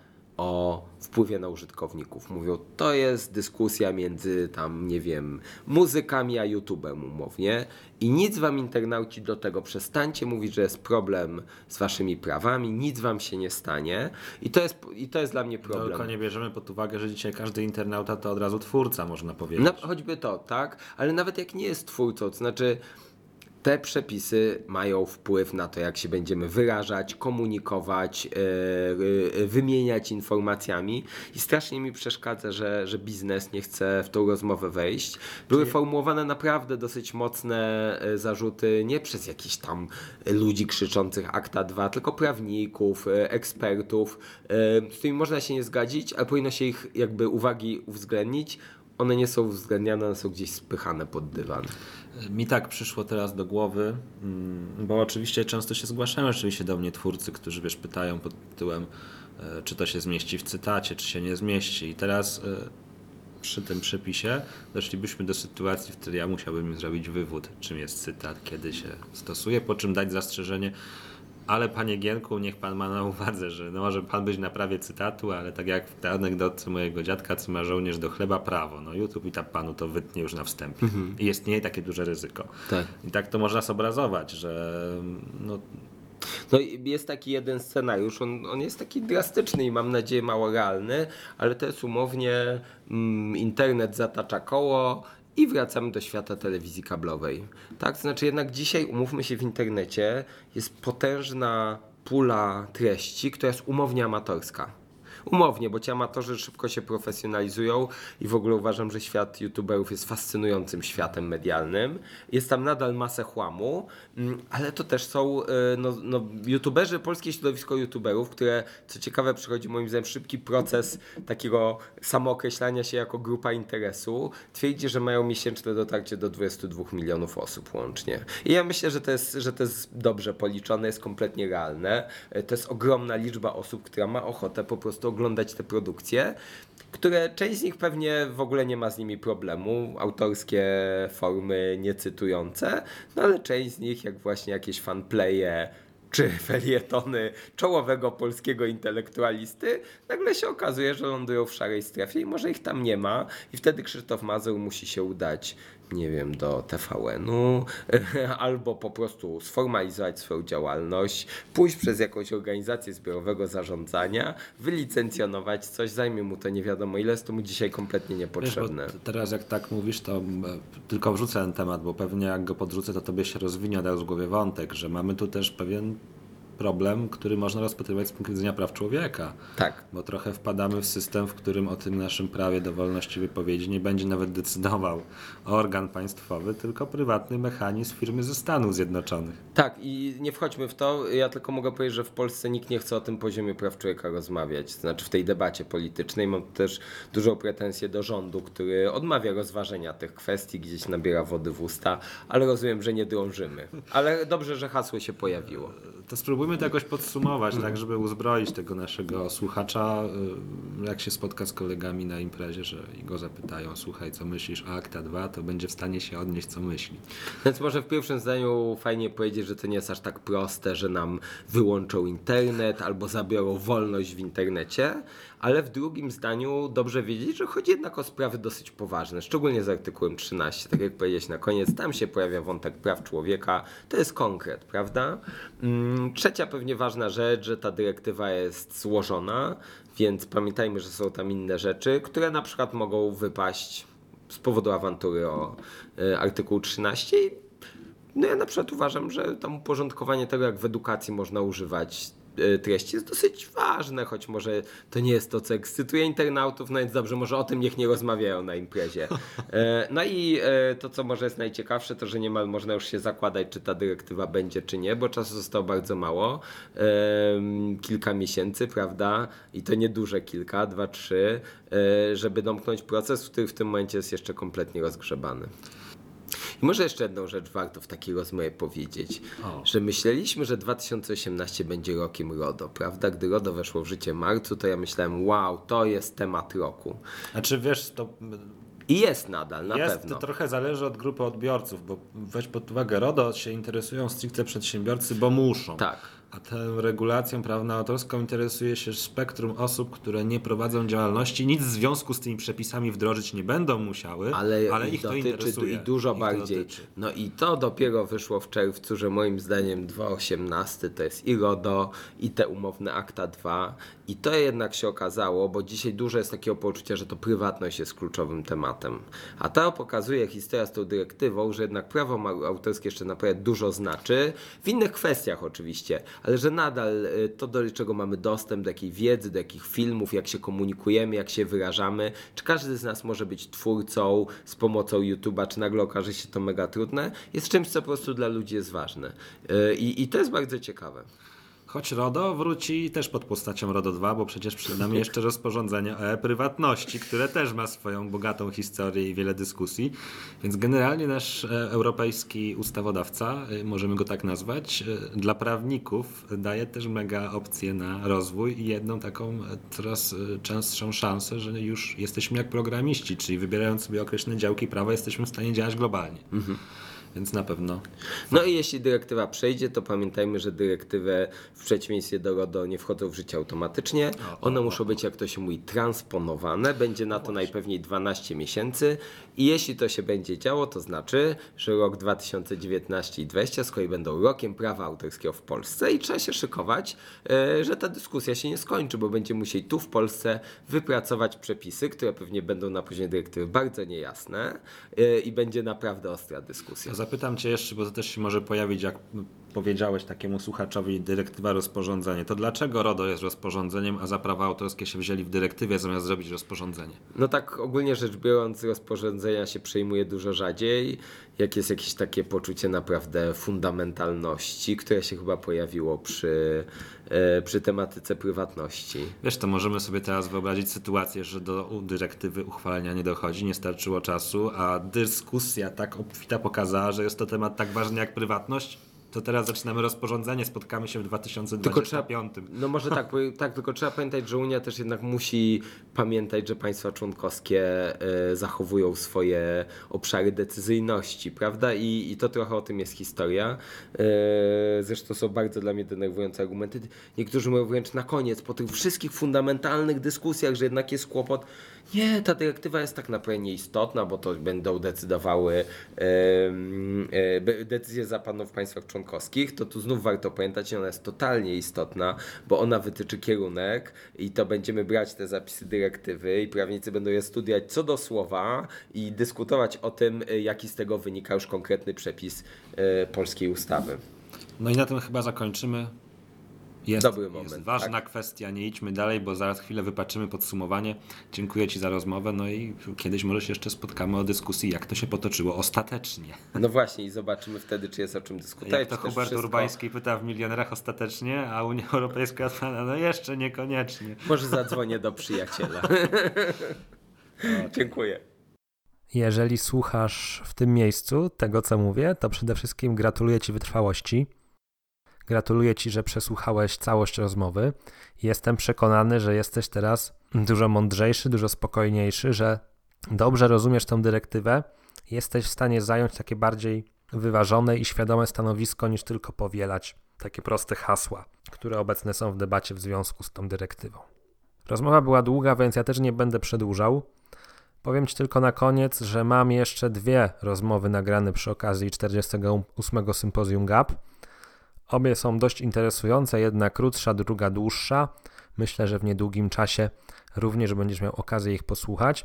o wpływie na użytkowników. Mówią, to jest dyskusja między tam, nie wiem, muzykami a YouTube'em umownie i nic wam internauci do tego, przestańcie mówić, że jest problem z waszymi prawami, nic wam się nie stanie i to jest, i to jest dla mnie problem. Tylko nie bierzemy pod uwagę, że dzisiaj każdy internauta to od razu twórca, można powiedzieć. No, choćby to, tak? Ale nawet jak nie jest twórcą, to znaczy te przepisy mają wpływ na to, jak się będziemy wyrażać, komunikować, yy, yy, wymieniać informacjami i strasznie mi przeszkadza, że, że biznes nie chce w tą rozmowę wejść. Były Czyli... formułowane naprawdę dosyć mocne yy, zarzuty, nie przez jakichś tam ludzi krzyczących akta dwa, tylko prawników, yy, ekspertów, yy, z którymi można się nie zgodzić, ale powinno się ich jakby uwagi uwzględnić. One nie są uwzględniane, one są gdzieś spychane pod dywan. Mi tak przyszło teraz do głowy, bo oczywiście często się zgłaszają oczywiście do mnie twórcy, którzy wiesz, pytają pod tytułem, czy to się zmieści w cytacie, czy się nie zmieści. I teraz przy tym przepisie doszlibyśmy do sytuacji, w której ja musiałbym zrobić wywód, czym jest cytat, kiedy się stosuje, po czym dać zastrzeżenie. Ale panie Gienku, niech pan ma na uwadze, że no może pan być na prawie cytatu, ale tak jak w tej anegdotce mojego dziadka, co ma żołnierz do chleba prawo. No YouTube i tak panu to wytnie już na wstępie. Mhm. I istnieje takie duże ryzyko. Tak. I tak to można zobrazować, że no... No jest taki jeden scenariusz, on, on jest taki drastyczny i mam nadzieję mało realny, ale to jest umownie mm, internet zatacza koło i wracamy do świata telewizji kablowej. Tak, to znaczy jednak dzisiaj, umówmy się, w internecie jest potężna pula treści, która jest umownie amatorska. Umownie, bo ci amatorzy szybko się profesjonalizują i w ogóle uważam, że świat youtuberów jest fascynującym światem medialnym. Jest tam nadal masę chłamu, ale to też są no, no, youtuberzy, polskie środowisko youtuberów, które co ciekawe przychodzi moim zdaniem szybki proces takiego samookreślania się jako grupa interesu. Twierdzi, że mają miesięczne dotarcie do dwudziestu dwóch milionów osób łącznie. I ja myślę, że to jest, że to jest dobrze policzone, jest kompletnie realne. To jest ogromna liczba osób, która ma ochotę po prostu oglądać te produkcje, które część z nich pewnie w ogóle nie ma z nimi problemu, autorskie formy niecytujące, no ale część z nich, jak właśnie jakieś fanplaye czy felietony czołowego polskiego intelektualisty, nagle się okazuje, że lądują w szarej strefie i może ich tam nie ma i wtedy Krzysztof Mazur musi się udać, nie wiem, do T V N-u albo po prostu sformalizować swoją działalność, pójść przez jakąś organizację zbiorowego zarządzania, wylicencjonować coś, zajmie mu to nie wiadomo ile, jest to mu dzisiaj kompletnie niepotrzebne. Wiesz, teraz jak tak mówisz, to tylko wrzucę ten temat, bo pewnie jak go podrzucę, to tobie się rozwinie od razu w głowie wątek, że mamy tu też pewien problem, który można rozpatrywać z punktu widzenia praw człowieka. Tak. Bo trochę wpadamy w system, w którym o tym naszym prawie do wolności wypowiedzi nie będzie nawet decydował organ państwowy, tylko prywatny mechanizm firmy ze Stanów Zjednoczonych. Tak, i nie wchodźmy w to. Ja tylko mogę powiedzieć, że w Polsce nikt nie chce o tym poziomie praw człowieka rozmawiać. To znaczy w tej debacie politycznej mam też dużą pretensję do rządu, który odmawia rozważenia tych kwestii, gdzieś nabiera wody w usta, ale rozumiem, że nie drążymy. Ale dobrze, że hasło się pojawiło. To spróbuj spróbujmy to jakoś podsumować, tak, żeby uzbroić tego naszego słuchacza, jak się spotka z kolegami na imprezie, że i go zapytają, słuchaj, co myślisz o Akta dwa, to będzie w stanie się odnieść, co myśli. Więc może w pierwszym zdaniu fajnie powiedzieć, że to nie jest aż tak proste, że nam wyłączą internet albo zabiorą wolność w internecie, ale w drugim zdaniu dobrze wiedzieć, że chodzi jednak o sprawy dosyć poważne, szczególnie z artykułem trzynaście. Tak jak powiedziałeś na koniec, tam się pojawia wątek praw człowieka, to jest konkret, prawda? Trzecia pewnie ważna rzecz, że ta dyrektywa jest złożona, więc pamiętajmy, że są tam inne rzeczy, które na przykład mogą wypaść z powodu awantury o y, artykuł trzynaście. No ja na przykład uważam, że tam uporządkowanie tego, jak w edukacji można używać y, treści, jest dosyć ważne, choć może to nie jest to, co ekscytuje internautów, no więc dobrze, może o tym niech nie rozmawiają na imprezie. Y, no i y, to, co może jest najciekawsze, to, że niemal można już się zakładać, czy ta dyrektywa będzie, czy nie, bo czasu zostało bardzo mało. Y, kilka miesięcy, prawda? I to nieduże kilka, dwa, trzy, y, żeby domknąć proces, który w tym momencie jest jeszcze kompletnie rozgrzebany. I może jeszcze jedną rzecz warto w takiej rozmowie powiedzieć, o. że myśleliśmy, że dwa tysiące osiemnasty będzie rokiem RODO, prawda? Gdy RODO weszło w życie w marcu, to ja myślałem, wow, to jest temat roku. Znaczy wiesz, to... I jest nadal, na jest, pewno. To trochę zależy od grupy odbiorców, bo weź pod uwagę, RODO się interesują stricte przedsiębiorcy, bo muszą. Tak. A tę regulacją prawno-autorską interesuje się spektrum osób, które nie prowadzą działalności, nic w związku z tymi przepisami wdrożyć nie będą musiały, ale, ale ich, ich to interesuje. I dużo ich bardziej. No i to dopiero wyszło w czerwcu, że moim zdaniem dwa tysiące osiemnasty to jest i RODO, i te umowne Akta dwa. I to jednak się okazało, bo dzisiaj dużo jest takiego poczucia, że to prywatność jest kluczowym tematem. A to pokazuje historia z tą dyrektywą, że jednak prawo autorskie jeszcze naprawdę dużo znaczy, w innych kwestiach oczywiście, ale że nadal to, do czego mamy dostęp, do jakiej wiedzy, do jakich filmów, jak się komunikujemy, jak się wyrażamy, czy każdy z nas może być twórcą z pomocą YouTube'a, czy nagle okaże się to mega trudne, jest czymś, co po prostu dla ludzi jest ważne. I, i to jest bardzo ciekawe. Choć RODO wróci też pod postacią RODO dwa, bo przecież przed nami jeszcze rozporządzenie o e-prywatności, które też ma swoją bogatą historię i wiele dyskusji. Więc generalnie nasz europejski ustawodawca, możemy go tak nazwać, dla prawników daje też mega opcję na rozwój i jedną taką coraz częstszą szansę, że już jesteśmy jak programiści, czyli wybierając sobie określone działki prawa, jesteśmy w stanie działać globalnie. Mhm. Więc na pewno. No i jeśli dyrektywa przejdzie, to pamiętajmy, że dyrektywy w przeciwieństwie do RODO nie wchodzą w życie automatycznie. One muszą być, jak to się mówi, transponowane. Będzie na to najpewniej dwanaście miesięcy i jeśli to się będzie działo, to znaczy, że rok dwa tysiące dziewiętnasty i dwa tysiące dwudziesty z kolei będą rokiem prawa autorskiego w Polsce i trzeba się szykować, że ta dyskusja się nie skończy, bo będziemy musieli tu w Polsce wypracować przepisy, które pewnie będą na poziomie dyrektywy bardzo niejasne i będzie naprawdę ostra dyskusja. Zapytam Cię jeszcze, bo to też się może pojawić, jak powiedziałeś takiemu słuchaczowi, dyrektywa, rozporządzenie. To dlaczego RODO jest rozporządzeniem, a za prawa autorskie się wzięli w dyrektywie, zamiast zrobić rozporządzenie? No tak ogólnie rzecz biorąc, rozporządzenia się przejmuje dużo rzadziej, jak jest jakieś takie poczucie naprawdę fundamentalności, które się chyba pojawiło przy, e, przy tematyce prywatności. Wiesz, to możemy sobie teraz wyobrazić sytuację, że do dyrektywy uchwalenia nie dochodzi, nie starczyło czasu, a dyskusja tak obfita pokazała, że jest to temat tak ważny jak prywatność. To teraz zaczynamy rozporządzenie, spotkamy się w dwa tysiące dwudziestym piątym. Trzeba, no może tak, bo, tak, tylko trzeba pamiętać, że Unia też jednak musi pamiętać, że państwa członkowskie y, zachowują swoje obszary decyzyjności, prawda? I, i to trochę o tym jest historia. Y, zresztą są bardzo dla mnie denerwujące argumenty. Niektórzy mówią wręcz na koniec, po tych wszystkich fundamentalnych dyskusjach, że jednak jest kłopot. Nie, ta dyrektywa jest tak naprawdę nieistotna, bo to będą decydowały y, y, decyzje zapadną w państwach członkowskich, to tu znów warto pamiętać, że ona jest totalnie istotna, bo ona wytyczy kierunek i to będziemy brać te zapisy dyrektywy i prawnicy będą je studiować co do słowa i dyskutować o tym, jaki z tego wynika już konkretny przepis y, polskiej ustawy. No i na tym chyba zakończymy. Jest, Dobry moment, jest ważna tak. kwestia, nie idźmy dalej, bo zaraz chwilę wypatrzymy podsumowanie. Dziękuję Ci za rozmowę, no i kiedyś może się jeszcze spotkamy o dyskusji, jak to się potoczyło ostatecznie. No właśnie i zobaczymy wtedy, czy jest o czym dyskutować. Jak to Hubert wszystko... Urbański pyta w Milionerach ostatecznie, a Unia Europejska odpowiada, no jeszcze niekoniecznie. Może zadzwonię do przyjaciela. Okay. Dziękuję. Jeżeli słuchasz w tym miejscu tego, co mówię, to przede wszystkim gratuluję Ci wytrwałości. Gratuluję Ci, że przesłuchałeś całość rozmowy. Jestem przekonany, że jesteś teraz dużo mądrzejszy, dużo spokojniejszy, że dobrze rozumiesz tą dyrektywę. Jesteś w stanie zająć takie bardziej wyważone i świadome stanowisko, niż tylko powielać takie proste hasła, które obecne są w debacie w związku z tą dyrektywą. Rozmowa była długa, więc ja też nie będę przedłużał. Powiem Ci tylko na koniec, że mam jeszcze dwie rozmowy nagrane przy okazji czterdziestego ósmego Sympozjum Gap. Obie są dość interesujące, jedna krótsza, druga dłuższa. Myślę, że w niedługim czasie również będziesz miał okazję ich posłuchać.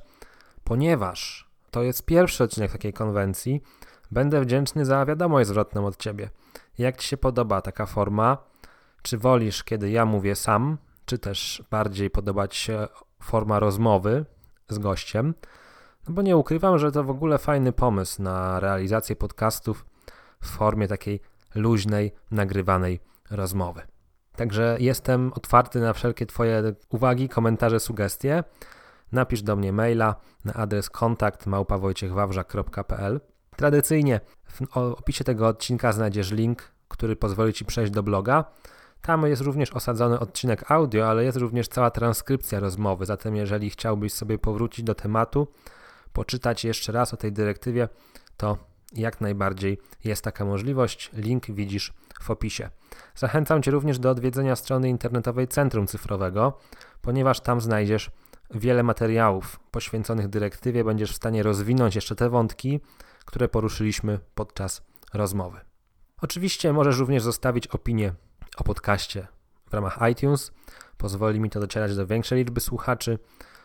Ponieważ to jest pierwszy odcinek takiej konwencji, będę wdzięczny za wiadomość zwrotną od Ciebie. Jak Ci się podoba taka forma? Czy wolisz, kiedy ja mówię sam, czy też bardziej podoba Ci się forma rozmowy z gościem? No bo nie ukrywam, że to w ogóle fajny pomysł na realizację podcastów w formie takiej luźnej, nagrywanej rozmowy. Także jestem otwarty na wszelkie Twoje uwagi, komentarze, sugestie. Napisz do mnie maila na adres kontakt małpa wojciech wawrzak kropka p l. Tradycyjnie w opisie tego odcinka znajdziesz link, który pozwoli Ci przejść do bloga. Tam jest również osadzony odcinek audio, ale jest również cała transkrypcja rozmowy. Zatem jeżeli chciałbyś sobie powrócić do tematu, poczytać jeszcze raz o tej dyrektywie, to jak najbardziej jest taka możliwość. Link widzisz w opisie. Zachęcam Cię również do odwiedzenia strony internetowej Centrum Cyfrowego, ponieważ tam znajdziesz wiele materiałów poświęconych dyrektywie. Będziesz w stanie rozwinąć jeszcze te wątki, które poruszyliśmy podczas rozmowy. Oczywiście możesz również zostawić opinię o podcaście w ramach iTunes. Pozwoli mi to docierać do większej liczby słuchaczy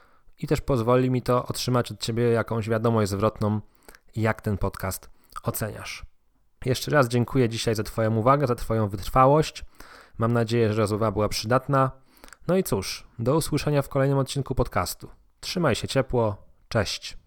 i też pozwoli mi to otrzymać od Ciebie jakąś wiadomość zwrotną, jak ten podcast oceniasz. Jeszcze raz dziękuję dzisiaj za Twoją uwagę, za Twoją wytrwałość. Mam nadzieję, że rozmowa była przydatna. No i cóż, do usłyszenia w kolejnym odcinku podcastu. Trzymaj się ciepło, cześć.